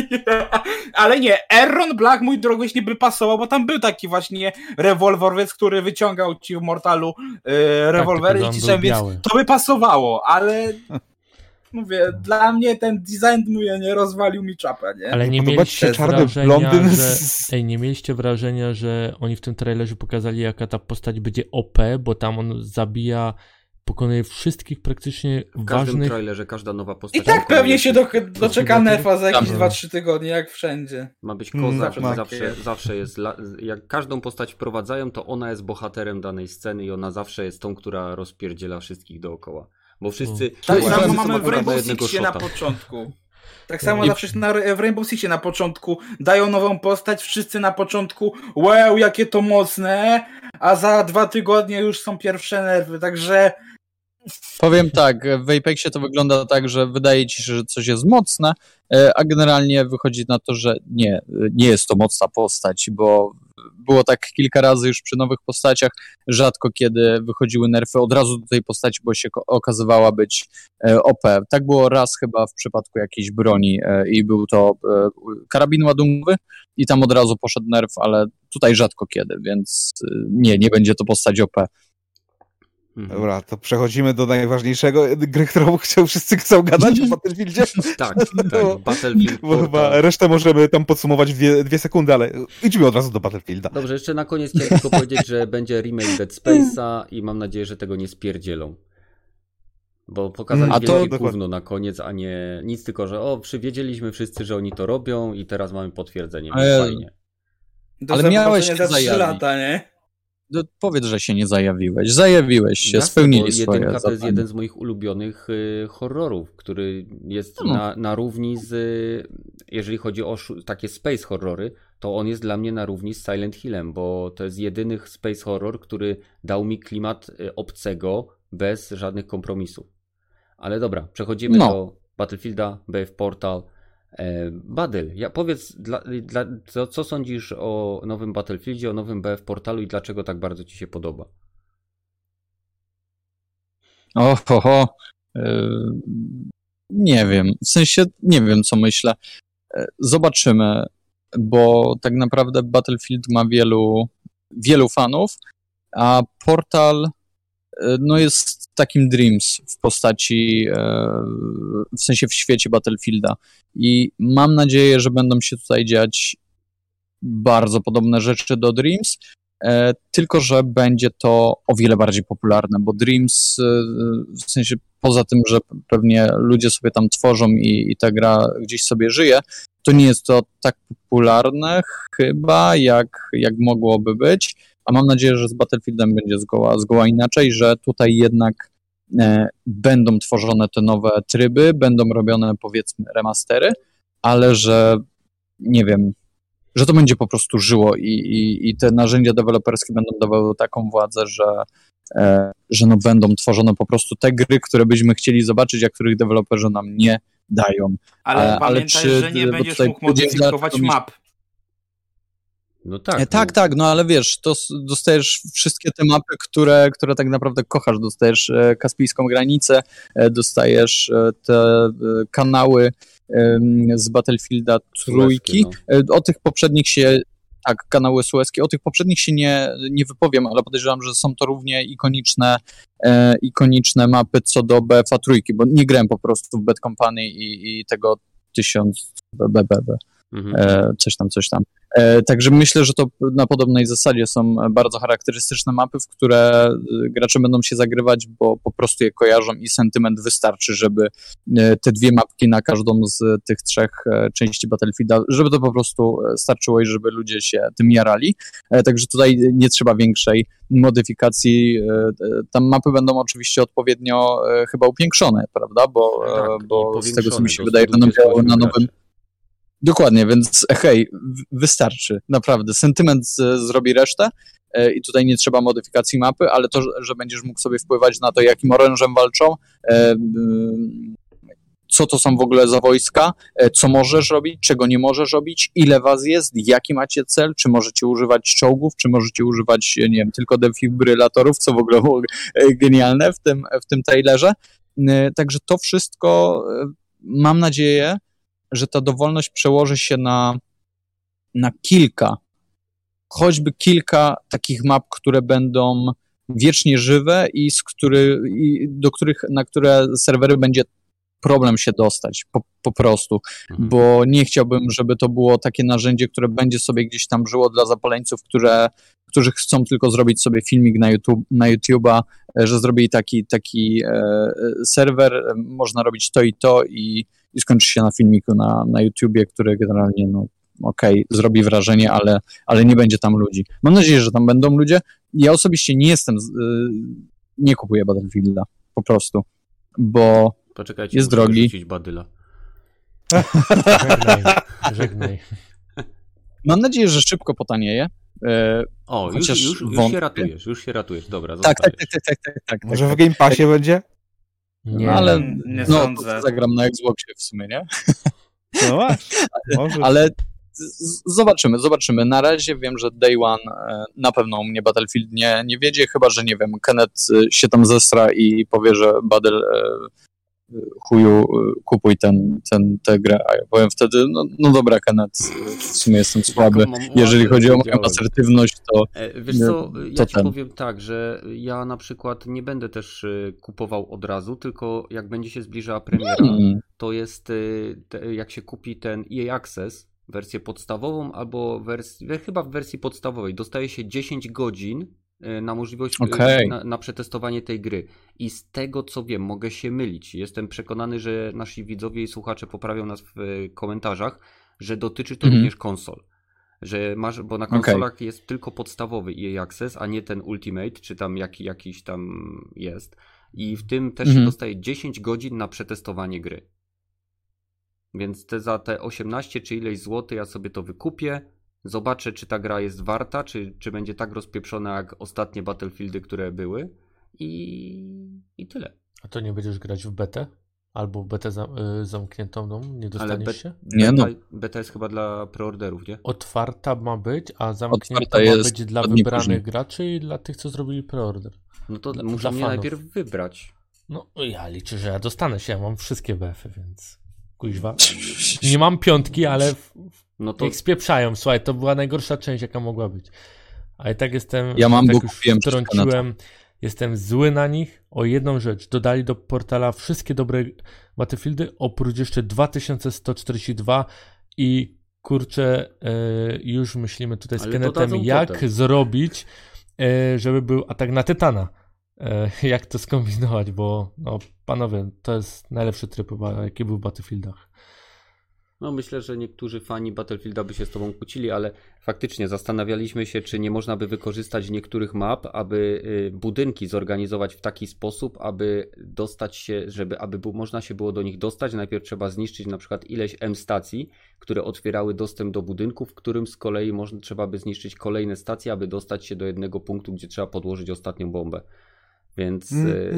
ale nie, Aaron Black, mój drogoś, by pasował, bo tam był taki właśnie rewolwerowiec, który wyciągał ci w Mortalu rewolwery i cisem, więc to by pasowało, ale mówię, dla mnie ten design nie rozwalił mi czapę, nie? Ale nie mieliście wrażenia, nie mieliście wrażenia, że oni w tym trailerze pokazali, jaka ta postać będzie OP, bo tam on zabija, pokonuje wszystkich praktycznie w każdym ważnych... trailerze każda nowa postać... I tak pewnie się doczeka nerfa za jakieś 2-3 tygodnie, jak wszędzie. Ma być kozak, zawsze jest... Jak każdą postać wprowadzają, to ona jest bohaterem danej sceny i ona zawsze jest tą, która rozpierdziela wszystkich dookoła. Bo wszyscy... Tak samo mamy w Rainbow Sixie na początku. Tak samo zawsze w Rainbow Sixie na początku dają nową postać, wszyscy na początku wow, jakie to mocne, a za 2 tygodnie już są pierwsze nerwy, także... Powiem tak, w Apexie to wygląda tak, że wydaje ci się, że coś jest mocne, a generalnie wychodzi na to, że nie jest to mocna postać, bo było tak kilka razy już przy nowych postaciach, rzadko kiedy wychodziły nerfy od razu do tej postaci, bo się okazywała być OP. Tak było raz chyba w przypadku jakiejś broni i był to karabin ładunkowy i tam od razu poszedł nerf, ale tutaj rzadko kiedy, więc nie będzie to postać OP. Dobra, to przechodzimy do najważniejszego gry, którą wszyscy chcą gadać o Battlefieldzie. Tak, Battlefield. Bo chyba resztę możemy tam podsumować w 2 sekundy, ale idźmy od razu do Battlefielda. Dobrze, jeszcze na koniec chciałem tylko powiedzieć, że będzie remake Dead Space'a i mam nadzieję, że tego nie spierdzielą. Bo pokazali wielkie gówno na koniec, a nie nic, tylko że przywiedzieliśmy wszyscy, że oni to robią i teraz mamy potwierdzenie. Fajnie. Ale miałeś się za 3 zajawić. lata, nie? Powiedz, że się nie zajawiłeś. Zajawiłeś się, spełnili swoje zadanie. To jest jeden z moich ulubionych horrorów, który jest na równi z... Jeżeli chodzi o takie space horrory, to on jest dla mnie na równi z Silent Hillem, bo to jest jedyny space horror, który dał mi klimat obcego bez żadnych kompromisów. Ale dobra, przechodzimy do Battlefielda, BF Portal. Badyl, powiedz, co sądzisz o nowym Battlefieldzie, o nowym BF portalu i dlaczego tak bardzo ci się podoba? Nie wiem, w sensie nie wiem, co myślę. Zobaczymy, bo tak naprawdę Battlefield ma wielu fanów, a portal no jest takim Dreams w postaci, w sensie w świecie Battlefielda. I mam nadzieję, że będą się tutaj dziać bardzo podobne rzeczy do Dreams, tylko że będzie to o wiele bardziej popularne, bo Dreams, w sensie poza tym, że pewnie ludzie sobie tam tworzą i ta gra gdzieś sobie żyje, to nie jest to tak popularne chyba, jak mogłoby być, a mam nadzieję, że z Battlefieldem będzie zgoła inaczej, że tutaj jednak będą tworzone te nowe tryby, będą robione powiedzmy remastery, ale że nie wiem, że to będzie po prostu żyło i te narzędzia deweloperskie będą dawały taką władzę, że no będą tworzone po prostu te gry, które byśmy chcieli zobaczyć, a których deweloperzy nam nie dają. Ale pamiętaj, że nie będziesz mógł modyfikować map. No tak. Tak, no ale wiesz, to dostajesz wszystkie te mapy, które tak naprawdę kochasz. Dostajesz Kaspijską Granicę, dostajesz te kanały z Battlefielda trójki. O tych poprzednich się, tak, kanały sueskie, o tych poprzednich się nie wypowiem, ale podejrzewam, że są to równie ikoniczne mapy co do BF-a trójki, bo nie grałem po prostu w Bad Company i tego 1000 BBB. Coś tam. Także myślę, że to na podobnej zasadzie są bardzo charakterystyczne mapy, w które gracze będą się zagrywać, bo po prostu je kojarzą i sentyment wystarczy, żeby te dwie mapki na każdą z tych trzech części Battlefielda, żeby to po prostu starczyło i żeby ludzie się tym jarali. Także tutaj nie trzeba większej modyfikacji. Tam mapy będą oczywiście odpowiednio chyba upiększone, prawda? Bo z tego, co mi się wydaje, będą działały na nowym... Dokładnie, więc hej, wystarczy, naprawdę. Sentyment zrobi resztę i tutaj nie trzeba modyfikacji mapy, ale to, że będziesz mógł sobie wpływać na to, jakim orężem walczą, co to są w ogóle za wojska, co możesz robić, czego nie możesz robić, ile was jest, jaki macie cel, czy możecie używać czołgów, czy możecie używać, nie wiem, tylko defibrylatorów, co w ogóle było genialne w tym trailerze. Także to wszystko, mam nadzieję, że ta dowolność przełoży się na choćby kilka takich map, które będą wiecznie żywe i na które serwery będzie problem się dostać, po prostu, bo nie chciałbym, żeby to było takie narzędzie, które będzie sobie gdzieś tam żyło dla zapaleńców, którzy chcą tylko zrobić sobie filmik na YouTube'a, że zrobili taki serwer, można robić to i skończy się na filmiku na YouTubie, który generalnie, no okej, zrobi wrażenie, ale nie będzie tam ludzi. Mam nadzieję, że tam będą ludzie. Ja osobiście nie kupuję Battlefielda, po prostu, bo poczekajcie, jest drogi. Rzucić Badyla. Żegnaj. Mam nadzieję, że szybko potanieje. Już się ratujesz, dobra. Tak. Może w Game Passie będzie? Nie, no, ale nie sądzę. Zagram na Xboxie w sumie, nie? No właśnie. Ale zobaczymy. Na razie wiem, że Day One na pewno u mnie Battlefield nie wiedzie, chyba że nie wiem, Kenneth się tam zesra i powie, że Battle chuju, kupuj tę grę, a ja powiem wtedy, no dobra, Kenneth, w sumie jestem słaby. Jeżeli chodzi o moją asertywność, to wiesz co, ja ci powiem tak, że ja na przykład nie będę też kupował od razu, tylko jak będzie się zbliżała premiera, to jest, jak się kupi ten EA Access, wersję podstawową albo chyba w wersji podstawowej, dostaje się 10 godzin na możliwość na przetestowanie tej gry. I z tego co wiem, mogę się mylić. Jestem przekonany, że nasi widzowie i słuchacze poprawią nas w komentarzach, że dotyczy to również konsol. Że bo na konsolach jest tylko podstawowy EA Access, a nie ten Ultimate, czy tam jakiś tam jest. I w tym też się dostaje 10 godzin na przetestowanie gry. Więc za te 18 czy ileś złotych ja sobie to wykupię. Zobaczę, czy ta gra jest warta, czy będzie tak rozpieprzona jak ostatnie Battlefieldy, które były i tyle. A to nie będziesz grać w betę? Albo betę zamkniętą, nie dostaniesz się? Nie, no. Beta jest chyba dla preorderów, nie? Otwarta ma być, a zamknięta Otwarta ma jest być dla 2 dni wybranych później. graczy i dla tych, co zrobili preorder. No to Dla muszę mnie fanów. najpierw wybrać. No ja liczę, że ja dostanę się, ja mam wszystkie BF-y, więc kuźwa. Nie mam 5, ale No to jak spieprzają, słuchaj, to była najgorsza część, jaka mogła być. A i tak jestem, Ja mam, tak bo już kupiłem wszystko na wtrąciłem, jestem zły na nich o jedną rzecz. Dodali do portala wszystkie dobre Battlefieldy, oprócz jeszcze 2142 i kurczę, już myślimy tutaj z Ale Kennethem, dodadzą jak potem. zrobić, żeby był atak na Tytana. Jak to skombinować, bo no panowie, to jest najlepszy tryb chyba, jaki był w Battlefieldach. No myślę, że niektórzy fani Battlefielda by się z tobą kłócili, ale faktycznie zastanawialiśmy się, czy nie można by wykorzystać niektórych map, aby budynki zorganizować w taki sposób, aby dostać się, można się było do nich dostać. Najpierw trzeba zniszczyć na przykład ileś stacji, które otwierały dostęp do budynków, w którym z kolei trzeba by zniszczyć kolejne stacje, aby dostać się do jednego punktu, gdzie trzeba podłożyć ostatnią bombę. Więc...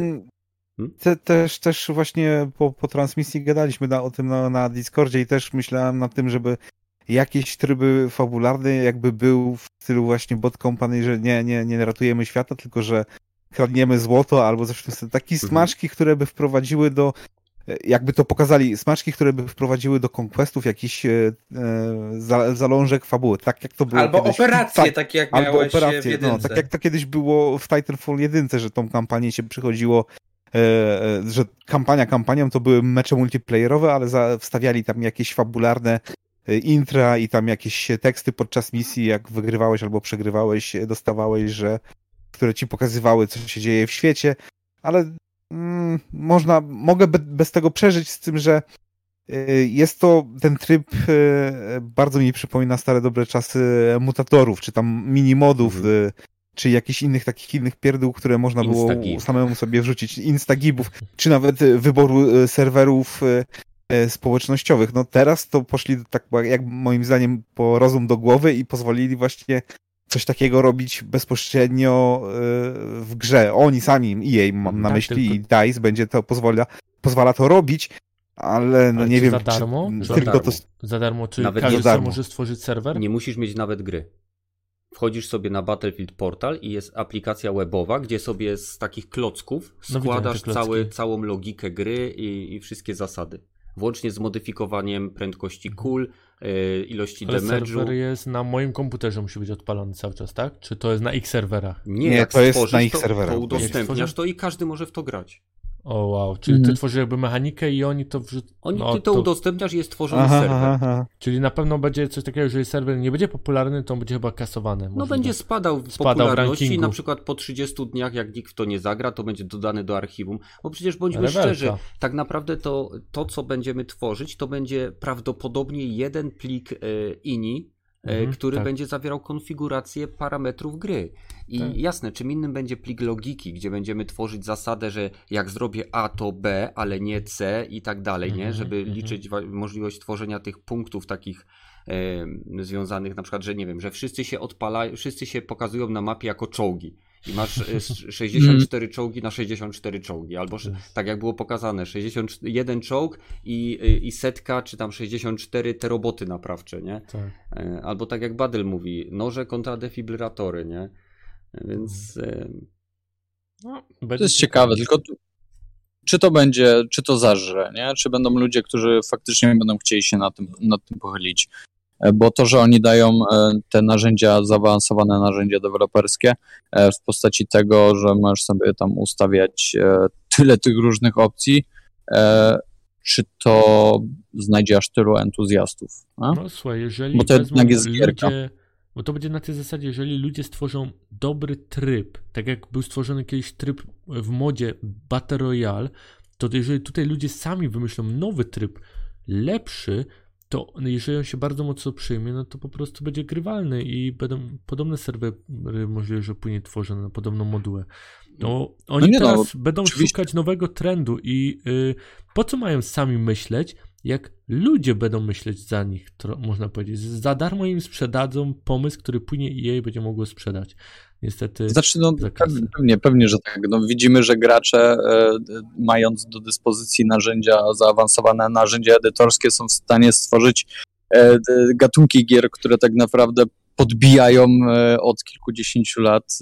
Też właśnie po transmisji gadaliśmy o tym na Discordzie i też myślałem nad tym, żeby jakieś tryby fabularne jakby był w stylu właśnie Bot Company, że nie ratujemy świata, tylko że kradniemy złoto albo coś w tym stylu. Takie smaczki, które by wprowadziły jakby to pokazali, smaczki, które by wprowadziły do conquestów jakiś zalążek fabuły, tak jak to było Albo kiedyś. operacje, takie jak miałeś w jedynce. No, tak jak to kiedyś było w Titanfall 1, że tą kampanię się przychodziło, że kampanią to były mecze multiplayerowe, ale wstawiali tam jakieś fabularne intra i tam jakieś teksty podczas misji, jak wygrywałeś albo przegrywałeś, dostawałeś, które ci pokazywały, co się dzieje w świecie, ale mogę bez tego przeżyć z tym, że jest to, ten tryb bardzo mi przypomina stare dobre czasy mutatorów, czy tam minimodów, czy jakichś innych pierdół, które można było samemu sobie wrzucić, instagibów, czy nawet wyboru serwerów społecznościowych. No teraz to poszli tak jak moim zdaniem po rozum do głowy i pozwolili właśnie coś takiego robić bezpośrednio w grze. Oni sami, EA mam na myśli, i DICE będzie to pozwala to robić, ale no nie wiem, za darmo? Za darmo, czy nawet każdy sam może stworzyć serwer? Nie musisz mieć nawet gry. Wchodzisz sobie na Battlefield Portal i jest aplikacja webowa, gdzie sobie z takich klocków składasz całą logikę gry i wszystkie zasady. Włącznie z modyfikowaniem prędkości kul, ilości damage'u. Serwer jest na moim komputerze, musi być odpalony cały czas, tak? Czy to jest na ich serwerach? Nie, to jest na ich serwerach. To udostępniasz to i każdy może w to grać. O wow, czyli ty tworzysz jakby mechanikę i oni to Ty to udostępniasz i jest tworzony serwer. Czyli na pewno będzie coś takiego, jeżeli serwer nie będzie popularny, to on będzie chyba kasowany. No będzie spadał w popularności, na przykład po 30 dniach, jak nikt w to nie zagra, to będzie dodane do archiwum. Bo przecież bądźmy szczerzy, tak naprawdę to co będziemy tworzyć, to będzie prawdopodobnie jeden plik INI, który będzie zawierał konfigurację parametrów gry. I jasne, czym innym będzie plik logiki, gdzie będziemy tworzyć zasadę, że jak zrobię A, to B, ale nie C i tak dalej, nie? Żeby liczyć możliwość tworzenia tych punktów takich związanych, na przykład, że nie wiem, że wszyscy się pokazują na mapie jako czołgi. I masz 64 czołgi na 64 czołgi, albo tak jak było pokazane, 61 czołg i setka, czy tam 64 te roboty naprawcze, nie? Tak. Albo tak jak Badel mówi, noże kontra defibrylatory, nie? Więc... to jest ciekawe, tylko czy to zażre, nie? Czy będą ludzie, którzy faktycznie będą chcieli się nad tym pochylić? Bo to, że oni dają te narzędzia, zaawansowane narzędzia deweloperskie w postaci tego, że możesz sobie tam ustawiać tyle tych różnych opcji, czy to znajdzie aż tylu entuzjastów? A? No słuchaj, jeżeli bo to jednak jest gierka. Bo to będzie na tej zasadzie, jeżeli ludzie stworzą dobry tryb, tak jak był stworzony kiedyś tryb w modzie Battle Royale, to jeżeli tutaj ludzie sami wymyślą nowy tryb, lepszy, to jeżeli on się bardzo mocno przyjmie, no to po prostu będzie grywalny i będą podobne serwery możliwe, że później tworzone na podobną modułę. No, oni teraz będą szukać nowego trendu i po co mają sami myśleć, jak ludzie będą myśleć za nich, można powiedzieć. Za darmo im sprzedadzą pomysł, który później EA będzie mogło sprzedać. Niestety. Znaczy, no pewnie, że tak. No, widzimy, że gracze mając do dyspozycji zaawansowane narzędzia edytorskie są w stanie stworzyć gatunki gier, które tak naprawdę podbijają od kilkudziesięciu lat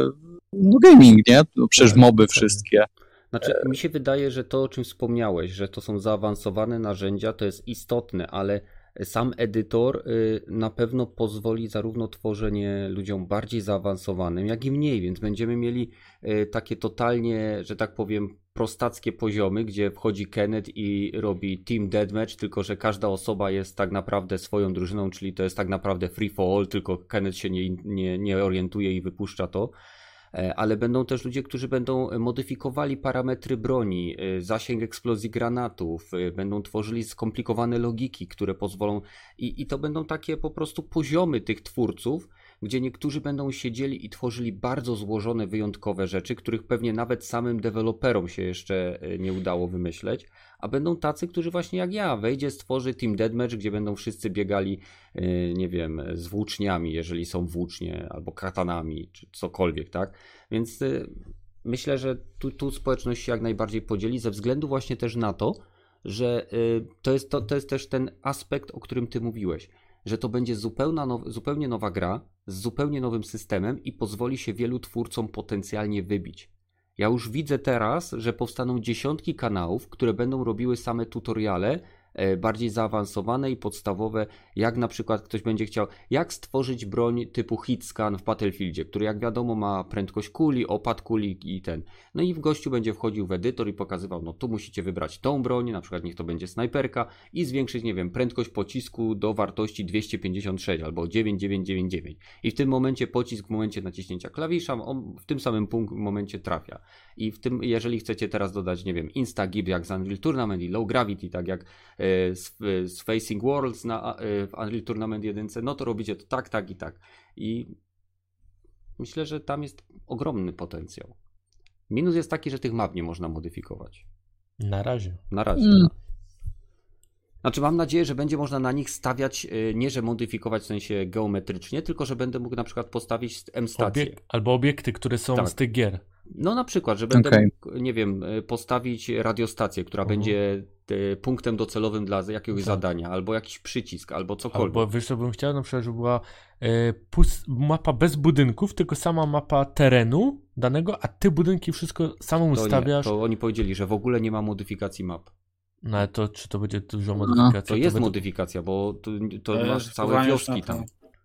gaming, nie? No, przecież moby wszystkie. Znaczy, mi się wydaje, że to, o czym wspomniałeś, że to są zaawansowane narzędzia, to jest istotne, ale sam edytor na pewno pozwoli zarówno tworzenie ludziom bardziej zaawansowanym, jak i mniej, więc będziemy mieli takie totalnie, że tak powiem, prostackie poziomy, gdzie wchodzi Kenneth i robi Team Deathmatch, tylko że każda osoba jest tak naprawdę swoją drużyną, czyli to jest tak naprawdę free for all, tylko Kenneth się nie orientuje i wypuszcza to. Ale będą też ludzie, którzy będą modyfikowali parametry broni, zasięg eksplozji granatów, będą tworzyli skomplikowane logiki, które pozwolą i to będą takie po prostu poziomy tych twórców, gdzie niektórzy będą siedzieli i tworzyli bardzo złożone, wyjątkowe rzeczy, których pewnie nawet samym deweloperom się jeszcze nie udało wymyśleć, a będą tacy, którzy właśnie jak ja, stworzy Team Deathmatch, gdzie będą wszyscy biegali, nie wiem, z włóczniami, jeżeli są włócznie, albo katanami, czy cokolwiek, tak? Więc myślę, że tu społeczność się jak najbardziej podzieli, ze względu właśnie też na to, że to jest też ten aspekt, o którym ty mówiłeś, że to będzie zupełnie nowa gra, z zupełnie nowym systemem i pozwoli się wielu twórcom potencjalnie wybić. Ja już widzę teraz, że powstaną dziesiątki kanałów, które będą robiły same tutoriale, bardziej zaawansowane i podstawowe, jak na przykład ktoś będzie chciał, jak stworzyć broń typu hitscan w Battlefieldzie, który jak wiadomo ma prędkość kuli, opad kuli i ten. No i w gościu będzie wchodził w edytor i pokazywał, no tu musicie wybrać tą broń, na przykład niech to będzie snajperka i zwiększyć, nie wiem, prędkość pocisku do wartości 256 albo 9999. I w tym momencie pocisk w momencie naciśnięcia klawisza, on w tym samym momencie trafia. I w tym, jeżeli chcecie teraz dodać, nie wiem, Insta-Gib jak z Unreal Tournament i Low Gravity, tak jak z Facing Worlds w Unreal Tournament 1, no to robicie to tak, tak i tak. I myślę, że tam jest ogromny potencjał. Minus jest taki, że tych map nie można modyfikować. Na razie. Znaczy mam nadzieję, że będzie można na nich stawiać, nie że modyfikować w sensie geometrycznie, tylko że będę mógł na przykład postawić M-stację. Albo obiekty, które są z tych gier. No na przykład, że będę mógł, nie wiem, postawić radiostację, która będzie punktem docelowym dla jakiegoś zadania, albo jakiś przycisk, albo cokolwiek. Albo wiesz co bym chciał, na przykład, żeby była mapa bez budynków, tylko sama mapa terenu danego, a ty budynki wszystko samą ustawiasz. To oni powiedzieli, że w ogóle nie ma modyfikacji map. No ale to czy to będzie dużo modyfikacji? To jest modyfikacja, bo to masz całe wioski tam.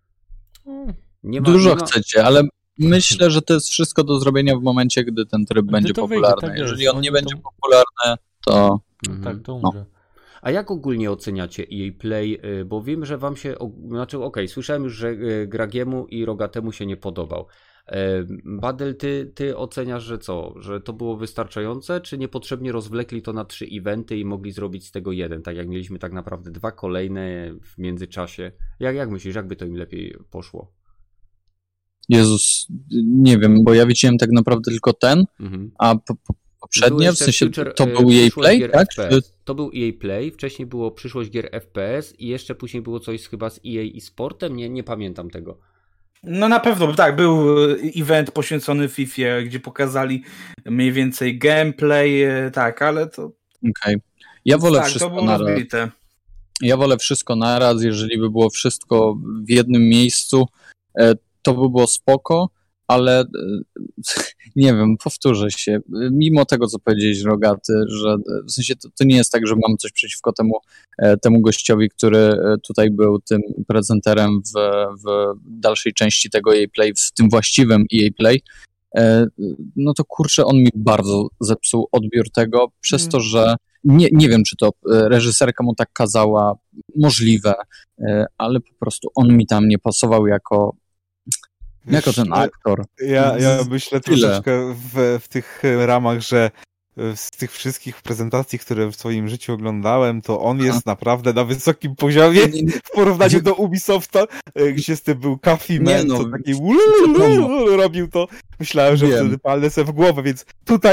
Dużo chcecie, ale myślę, że to jest wszystko do zrobienia w momencie, gdy ten tryb będzie popularny. Tak jeżeli on nie będzie popularny, to... Tak, to umrze. A jak ogólnie oceniacie EA Play? Bo wiem, że wam się... Znaczy, słyszałem już, że Gragiemu i Rogatemu się nie podobał. Badel, ty oceniasz, że co? Że to było wystarczające? Czy niepotrzebnie rozwlekli to na 3 eventy i mogli zrobić z tego jeden? Tak jak mieliśmy tak naprawdę 2 kolejne w międzyczasie. Jak myślisz, jakby to im lepiej poszło? Jezus, nie wiem, bo ja widziałem tak naprawdę tylko ten, a poprzednie, w sensie to był EA Play, tak? To był EA Play, wcześniej było przyszłość gier FPS i jeszcze później było coś chyba z EA i sportem, nie pamiętam tego. No na pewno, tak, był event poświęcony FIFA, gdzie pokazali mniej więcej gameplay, tak, ale to... Okej. Ja wolę wszystko naraz. Ja wolę wszystko naraz, jeżeli by było wszystko w jednym miejscu, to by było spoko, ale nie wiem, powtórzę się. Mimo tego, co powiedziałeś, Rogaty, że w sensie to nie jest tak, że mam coś przeciwko temu gościowi, który tutaj był tym prezenterem w dalszej części tego EA Play, w tym właściwym EA Play, no to kurczę, on mi bardzo zepsuł odbiór tego, przez to, że nie wiem, czy to reżyserka mu tak kazała, możliwe, ale po prostu on mi tam nie pasował jako ten aktor. Ja myślę troszeczkę w tych ramach, że z tych wszystkich prezentacji, które w swoim życiu oglądałem, to on jest naprawdę na wysokim poziomie w porównaniu do Ubisofta, gdzie z tym był Coffee Man, co taki robił to. Myślałem, że wtedy palnę sobie w głowę, więc tutaj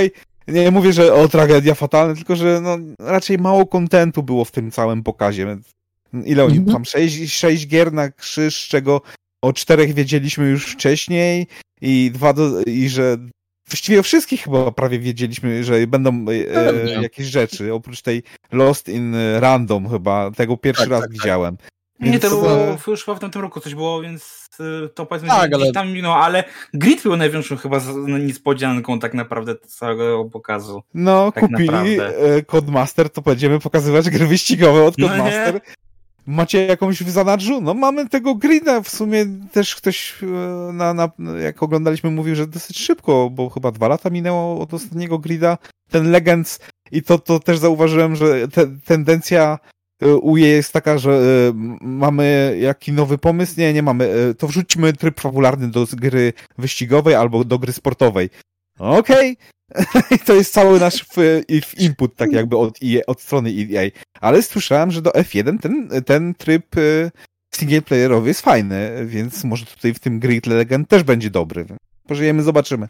Nie mówię, że tragedia fatalna, tylko że no, raczej mało kontentu było w tym całym pokazie. Ile oni tam? 6 gier na krzyż, z czego o 4 wiedzieliśmy już wcześniej i że właściwie o wszystkich chyba prawie wiedzieliśmy, że będą jakieś rzeczy, oprócz tej Lost in Random chyba, tego pierwszy raz widziałem. Nie, to było już w tamtym roku coś było, więc to powiedzmy ale... tam minęło, ale Grid był największą chyba niespodzianką tak naprawdę całego pokazu. No, tak kupili Codemaster, to będziemy pokazywać gry wyścigowe od Codemaster. Macie jakąś w zanadrzu? No mamy tego Grida, w sumie też ktoś jak oglądaliśmy mówił, że dosyć szybko, bo chyba 2 lata minęło od ostatniego Grida, ten Legends i to też zauważyłem, że tendencja u EA jest taka, że mamy jaki nowy pomysł? Nie mamy. To wrzućmy tryb fabularny do gry wyścigowej albo do gry sportowej. Okej. I to jest cały nasz input, tak jakby od strony EA. Ale słyszałem, że do F1 ten tryb singleplayerowy jest fajny, więc może tutaj w tym Grid Legend też będzie dobry. Pożyjemy, zobaczymy.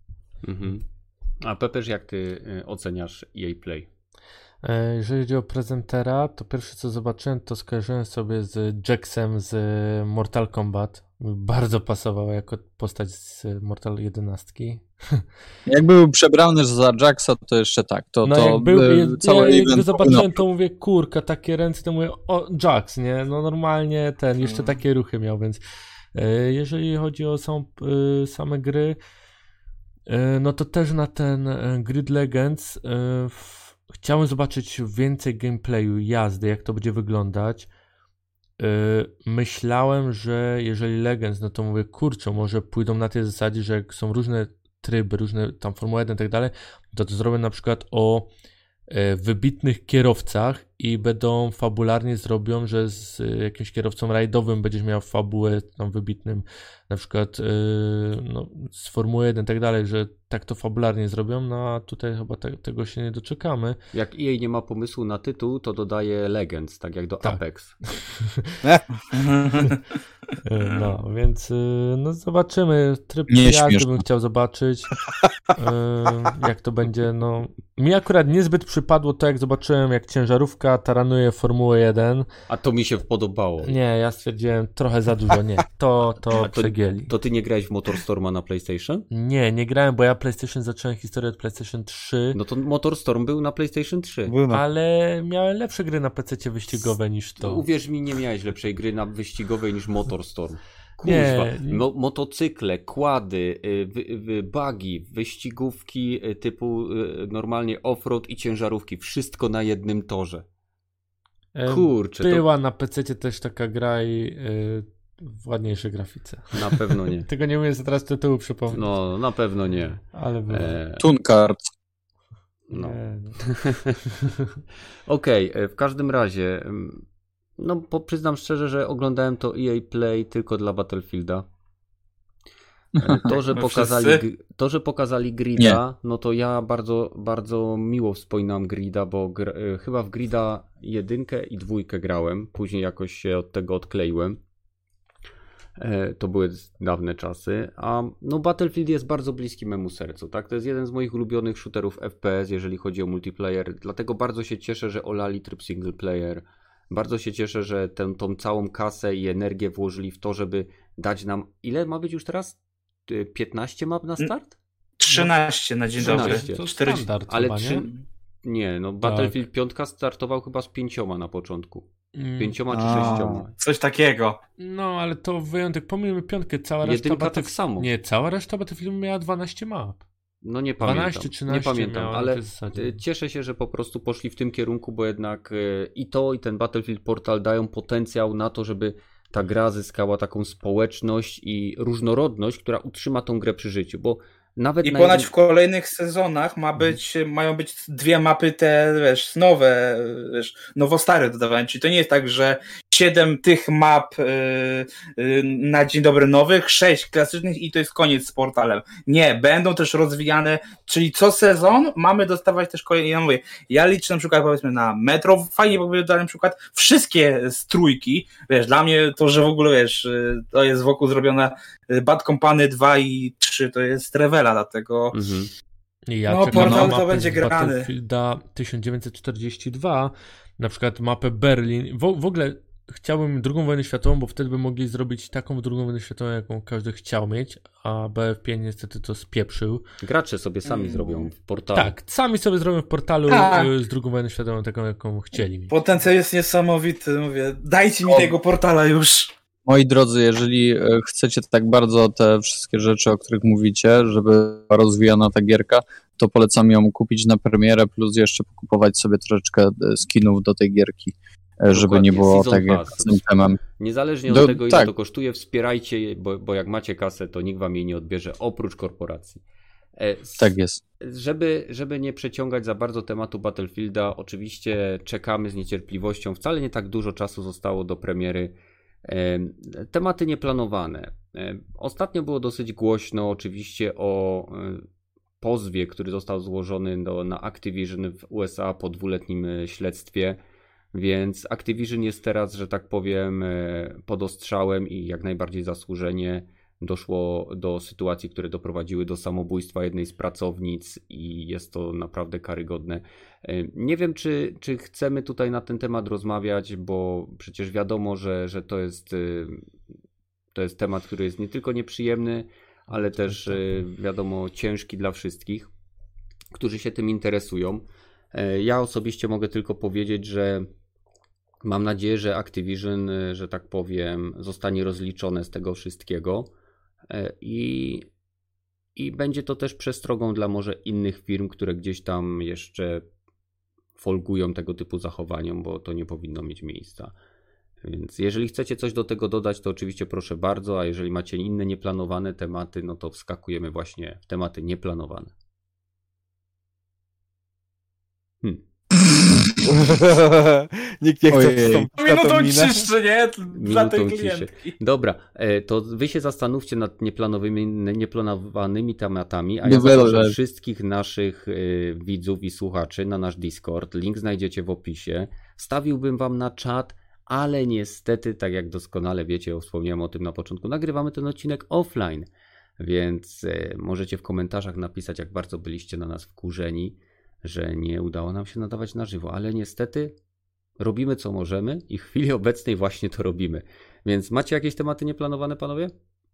A Pepeż, jak ty oceniasz EA Play? Jeżeli chodzi o prezentera, to pierwsze co zobaczyłem, to skojarzyłem sobie z Jaxem z Mortal Kombat. Bardzo pasował jako postać z Mortal 11. Jak był przebrany za Jaxa, to jeszcze tak. Jak go zobaczyłem, to mówię, kurka, takie ręce, to mówię, o, Jax, nie? No normalnie jeszcze takie ruchy miał, więc jeżeli chodzi o same gry, no to też na ten Grid Legends chciałem zobaczyć więcej gameplayu, jazdy, jak to będzie wyglądać. Myślałem, że jeżeli Legends, no to mówię, kurczę, może pójdą na tej zasadzie, że jak są różne tryby, różne tam Formuła 1 i tak dalej, to zrobię na przykład o wybitnych kierowcach i będą fabularnie zrobią, że z jakimś kierowcą rajdowym będziesz miał fabułę tam wybitnym, na przykład z Formuły 1 i tak dalej, że tak to fabularnie zrobią, no a tutaj chyba tego się nie doczekamy. Jak EA nie ma pomysłu na tytuł, to dodaje Legends, tak jak do Apex. No, więc zobaczymy. Tryb jazdy bym chciał zobaczyć. Jak to będzie, no. Mi akurat niezbyt przypadło to, jak zobaczyłem, jak ciężarówka taranuje Formułę 1. A to mi się podobało. Nie, ja stwierdziłem trochę za dużo, nie. To przegięli. To ty nie grałeś w MotorStorma na PlayStation? Nie grałem, bo ja PlayStation zacząłem historię od PlayStation 3. No to MotorStorm był na PlayStation 3. Ale miałem lepsze gry na PC wyścigowe niż to. Uwierz mi, nie miałeś lepszej gry na wyścigowej niż MotorStorm. Kurwa, motocykle, kłady, buggy, wyścigówki typu normalnie off-road i ciężarówki. Wszystko na jednym torze. Kurczę. Była na PC też taka gra i w ładniejszej grafice. Na pewno nie. Tego nie umiem teraz tytułu przypomnieć. No, na pewno nie. Ale było. Tunkard. No. Okej, w każdym razie... No, przyznam szczerze, że oglądałem to EA Play tylko dla Battlefielda. To, że pokazali Grida, no to ja bardzo, bardzo miło wspominam Grida, bo chyba w Grida 1 i 2 grałem, później jakoś się od tego odkleiłem. To były dawne czasy, a no Battlefield jest bardzo bliski memu sercu, tak? To jest jeden z moich ulubionych shooterów FPS, jeżeli chodzi o multiplayer, dlatego bardzo się cieszę, że olali tryb single player. Bardzo się cieszę, że tą całą kasę i energię włożyli w to, żeby dać nam... Ile ma być już teraz? 15 map na start? 13 na dzień dobry. To standard ale chyba, nie, no Battlefield 5 startował chyba z 5 na początku. 5 czy 6. Coś takiego. No, ale to wyjątek. Pomijmy 5, cała reszta... Jedynka tak samo. Nie, cała reszta Battlefield miała 12 map. No nie pamiętam. 12, 13 nie pamiętam, ale cieszę się, że po prostu poszli w tym kierunku, bo jednak i ten Battlefield Portal dają potencjał na to, żeby ta gra zyskała taką społeczność i różnorodność, która utrzyma tą grę przy życiu, bo nawet w kolejnych sezonach mają być 2 mapy te, nowe, nowo-stare dodawane, czyli to nie jest tak, że 7 tych map na dzień dobry nowych, 6 klasycznych i to jest koniec z portalem. Nie, będą też rozwijane, czyli co sezon mamy dostawać też kolejne. Ja mówię, ja liczę na przykład powiedzmy na Metro, fajnie bo dałem na przykład wszystkie z 3, dla mnie to, że w ogóle to jest wokół zrobiona Bad Company 2 i 3, to jest rewela, dlatego Ja Portal to będzie grany. Battlefielda 1942, na przykład mapę Berlin. W ogóle chciałbym II wojnę światową, bo wtedy by mogli zrobić taką II wojnę światową, jaką każdy chciał mieć, a BFP niestety to spieprzył. Gracze sobie sami zrobią w portalu. Tak, sami sobie zrobią w portalu z II wojny światową taką, jaką chcieli mieć. Potencjał jest niesamowity, mówię, dajcie mi tego portala już. Moi drodzy, jeżeli chcecie tak bardzo te wszystkie rzeczy, o których mówicie, żeby była rozwijana ta gierka, to polecam ją kupić na premierę, plus jeszcze kupować sobie troszeczkę skinów do tej gierki, żeby nie było tak jak z tym temem. Niezależnie od tego, ile to kosztuje, wspierajcie, bo jak macie kasę, to nikt wam jej nie odbierze, oprócz korporacji. Tak jest. Żeby nie przeciągać za bardzo tematu Battlefielda, oczywiście czekamy z niecierpliwością. Wcale nie tak dużo czasu zostało do premiery. Tematy nieplanowane. Ostatnio było dosyć głośno oczywiście o pozwie, który został złożony na Activision w USA po 2-letnim śledztwie, więc Activision jest teraz, że tak powiem, pod ostrzałem i jak najbardziej zasłużenie. Doszło do sytuacji, które doprowadziły do samobójstwa jednej z pracownic i jest to naprawdę karygodne. Nie wiem, czy chcemy tutaj na ten temat rozmawiać, bo przecież wiadomo, że to jest temat, który jest nie tylko nieprzyjemny, ale też wiadomo ciężki dla wszystkich, którzy się tym interesują. Ja osobiście mogę tylko powiedzieć, że mam nadzieję, że Activision, że tak powiem, zostanie rozliczone z tego wszystkiego. I będzie to też przestrogą dla może innych firm, które gdzieś tam jeszcze folgują tego typu zachowaniom, bo to nie powinno mieć miejsca. Więc jeżeli chcecie coś do tego dodać, to oczywiście proszę bardzo, a jeżeli macie inne nieplanowane tematy, no to wskakujemy właśnie w tematy nieplanowane. Nikt nie chce minutą ciszy, nie? Dla tej klientki. Dobra, to wy się zastanówcie nad nieplanowanymi tematami, a ja zaproszę wszystkich naszych widzów i słuchaczy na nasz Discord. Link znajdziecie w opisie. Wstawiłbym wam na czat, ale niestety, tak jak doskonale wiecie, wspomniałem o tym na początku, nagrywamy ten odcinek offline, więc możecie w komentarzach napisać, jak bardzo byliście na nas wkurzeni, że nie udało nam się nadawać na żywo, ale niestety robimy co możemy i w chwili obecnej właśnie to robimy. Więc macie jakieś tematy nieplanowane, panowie?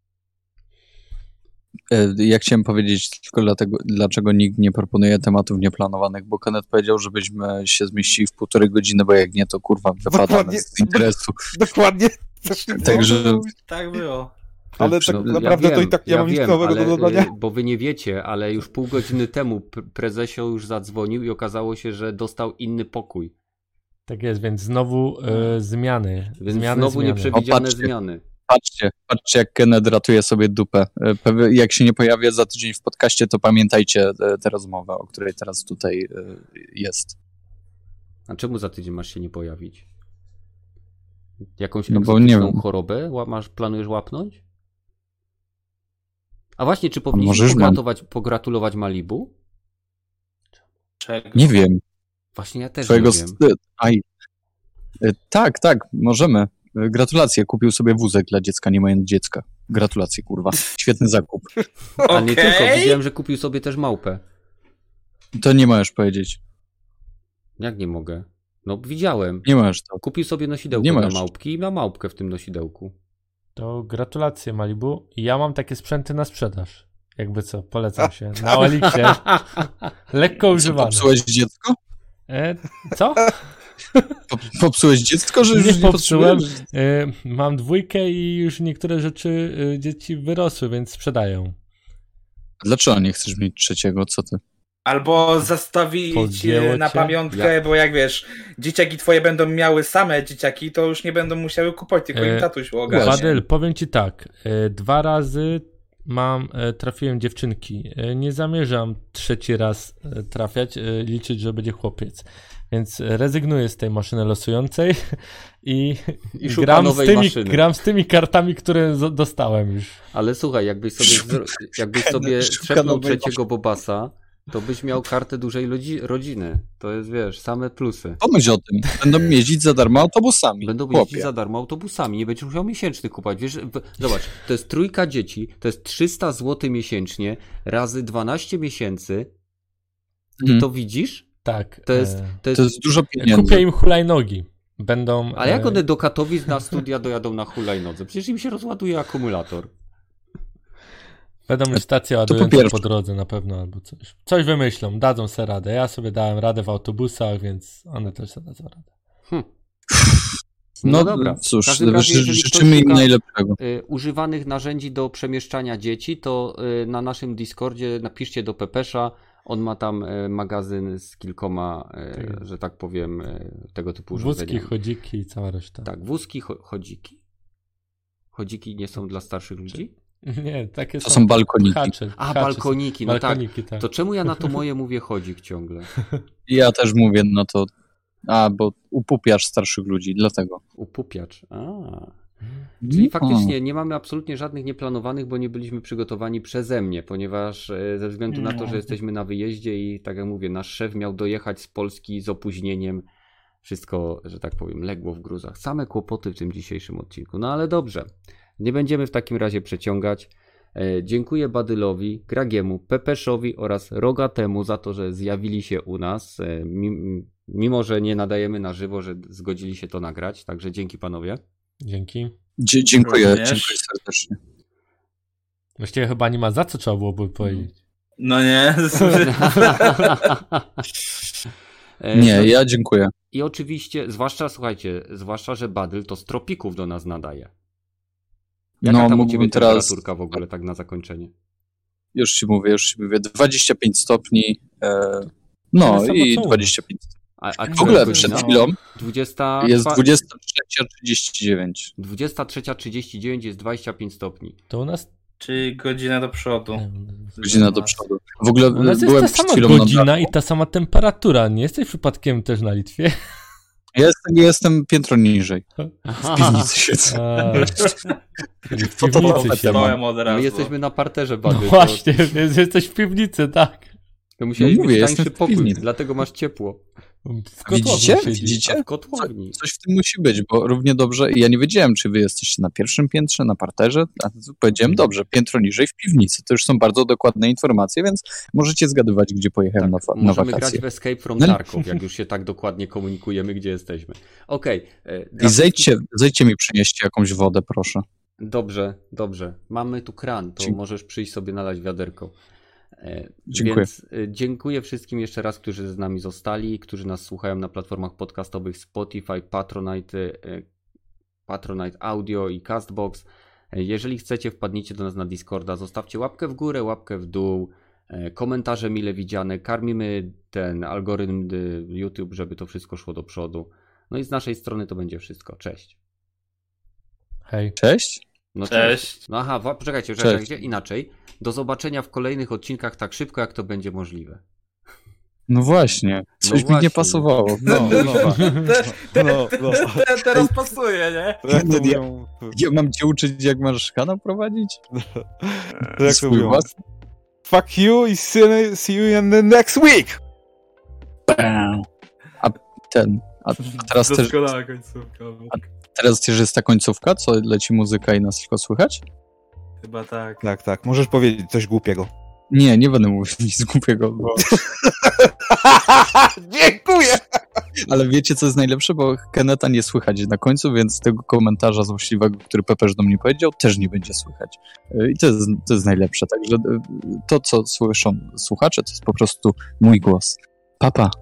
Ja chciałem powiedzieć tylko dlaczego nikt nie proponuje tematów nieplanowanych, bo Kenneth powiedział, żebyśmy się zmieścili w 1,5 godziny, bo jak nie, to kurwa wypadamy z interesu. Dokładnie. Także... Tak było. Ale tak naprawdę ja to i tak nie mam nic nowego do dodania. Bo wy nie wiecie, ale już pół godziny temu prezesio już zadzwonił i okazało się, że dostał inny pokój. Tak jest, więc znowu zmiany. Więc znowu nieprzewidziane zmiany. Patrzcie, jak Kenneth ratuje sobie dupę. Jak się nie pojawia za tydzień w podcaście, to pamiętajcie tę rozmowę, o której teraz tutaj jest. A czemu za tydzień masz się nie pojawić? Jakąś chorobę planujesz łapnąć? A właśnie, czy powinniśmy pogratulować Malibu? Czego? Nie wiem. Właśnie ja też nie wiem. Tak, możemy. Gratulacje, kupił sobie wózek dla dziecka, nie mając dziecka. Gratulacje, kurwa. Świetny zakup. A nie tylko, widziałem, że kupił sobie też małpę. To nie możesz powiedzieć. Jak nie mogę? No widziałem. Nie możesz to. Kupił sobie nosidełko dla małpki i ma małpkę w tym nosidełku. To gratulacje, Malibu. Ja mam takie sprzęty na sprzedaż. Jakby co, polecam się. Na Oliksie. Lekko używane. Popsułeś dziecko? Co? Popsułeś dziecko, że już nie popsułem. Mam 2 i już niektóre rzeczy dzieci wyrosły, więc sprzedają. Dlaczego nie chcesz mieć 3? Co ty? Albo zastawić na pamiątkę, bo jak wiesz, dzieciaki twoje będą miały same dzieciaki, to już nie będą musiały kupować, tylko im tatuś ogarnie. Badel, powiem ci tak, 2 razy trafiłem dziewczynki. Nie zamierzam 3 raz trafiać, liczyć, że będzie chłopiec. Więc rezygnuję z tej maszyny losującej i gram z tymi kartami, które dostałem już. Ale słuchaj, jakbyś sobie trzepnął 3. Bobasa, to byś miał kartę dużej rodziny. To jest, wiesz, same plusy. Pomyśl o tym. Będą jeździć za darmo autobusami. Jeździć za darmo autobusami. Nie będziesz musiał miesięczny kupować. Wiesz, zobacz, to jest 3 dzieci, to jest 300 zł miesięcznie razy 12 miesięcy. Ty to widzisz? Tak. To jest dużo pieniędzy. Kupię im hulajnogi. Będą... A jak one do Katowic na studia dojadą na hulajnodze? Przecież im się rozładuje akumulator. Będą mieć stację ładującą po drodze na pewno albo coś. Coś wymyślą, dadzą sobie radę. Ja sobie dałem radę w autobusach, więc one też sobie dadzą radę. No dobra. Cóż, życzymy im najlepszego. Używanych narzędzi do przemieszczania dzieci, to na naszym Discordzie napiszcie do Pepesza. On ma tam magazyn z kilkoma, że tak powiem, tego typu urządzeniami. Wózki, chodziki i cała reszta. Tak, wózki, chodziki. Chodziki nie są dla starszych ludzi? Nie, takie to są balkoniki. Pchacze, balkoniki, no balkoniki, tak. To czemu ja na to moje mówię chodzik ciągle? Ja też mówię, no to... bo upupiasz starszych ludzi, dlatego. Upupiacz, Czyli faktycznie nie mamy absolutnie żadnych nieplanowanych, bo nie byliśmy przygotowani przeze mnie, ponieważ ze względu na to, że jesteśmy na wyjeździe i tak jak mówię, nasz szef miał dojechać z Polski z opóźnieniem, wszystko, że tak powiem, legło w gruzach. Same kłopoty w tym dzisiejszym odcinku, no ale dobrze. Nie będziemy w takim razie przeciągać. Dziękuję Badylowi, Gragiemu, Pepeszowi oraz Rogatemu za to, że zjawili się u nas, mimo że nie nadajemy na żywo, że zgodzili się to nagrać, także dzięki panowie. Dzięki. Dziękuję serdecznie. Właściwie chyba nie ma za co trzeba byłoby powiedzieć. No nie. Nie, ja dziękuję. I oczywiście, zwłaszcza, że Badyl to z tropików do nas nadaje. Jaka tam u ciebie temperaturka w ogóle tak na zakończenie? Już ci mówię. 25 stopni, i 25 stopni. W ogóle przed chwilą jest 23:39. 23:39 jest 25 stopni. To u nas... Czyli godzina do przodu. Godzina do przodu. W ogóle u nas byłem jest ta sama godzina i ta sama temperatura. Nie jesteś przypadkiem też na Litwie? Ja jestem piętro niżej. W piwnicy siedzę. W piwnicy się. My jesteśmy na parterze, Badyl. No właśnie, więc jesteś w piwnicy, tak. To musiałeś mieć tańszy pokój, dlatego masz ciepło. Widzicie? W kotłowni. Coś w tym musi być, bo równie dobrze, ja nie wiedziałem, czy wy jesteście na pierwszym piętrze, na parterze, a powiedziałem dobrze, piętro niżej w piwnicy. To już są bardzo dokładne informacje, więc możecie zgadywać, gdzie pojechałem na wakacje. Możemy grać w Escape from Tarkov, jak już się tak dokładnie komunikujemy, gdzie jesteśmy. Okej. I zejdźcie mi przynieście jakąś wodę, proszę. Dobrze. Mamy tu kran, to możesz przyjść sobie nalać wiaderko. Dziękuję. Więc dziękuję wszystkim jeszcze raz, którzy z nami zostali, którzy nas słuchają na platformach podcastowych Spotify, Patronite Audio i Castbox. Jeżeli chcecie, wpadnijcie do nas na Discorda, zostawcie łapkę w górę, łapkę w dół, komentarze mile widziane, karmimy ten algorytm YouTube, żeby to wszystko szło do przodu. No i z naszej strony to będzie wszystko. Cześć. Hej. Cześć. No cześć. No aha, poczekajcie, gdzie inaczej. Do zobaczenia w kolejnych odcinkach tak szybko, jak to będzie możliwe. No właśnie, coś mi nie pasowało. Teraz pasuje, nie? Ja mam cię uczyć, jak masz kanał prowadzić? Jak to mówią? Fuck you i see you in the next week! A teraz też... Doskonała końcówka. Teraz też jest ta końcówka, co leci muzyka i nas tylko słychać? Chyba tak. Tak. Możesz powiedzieć coś głupiego. Nie będę mówił nic głupiego, bo... Dziękuję! Ale wiecie, co jest najlepsze? Bo Keneta nie słychać na końcu, więc tego komentarza złośliwego, który Pepesz do mnie powiedział, też nie będzie słychać. I to jest najlepsze. Także to, co słyszą słuchacze, to jest po prostu mój głos. Pa.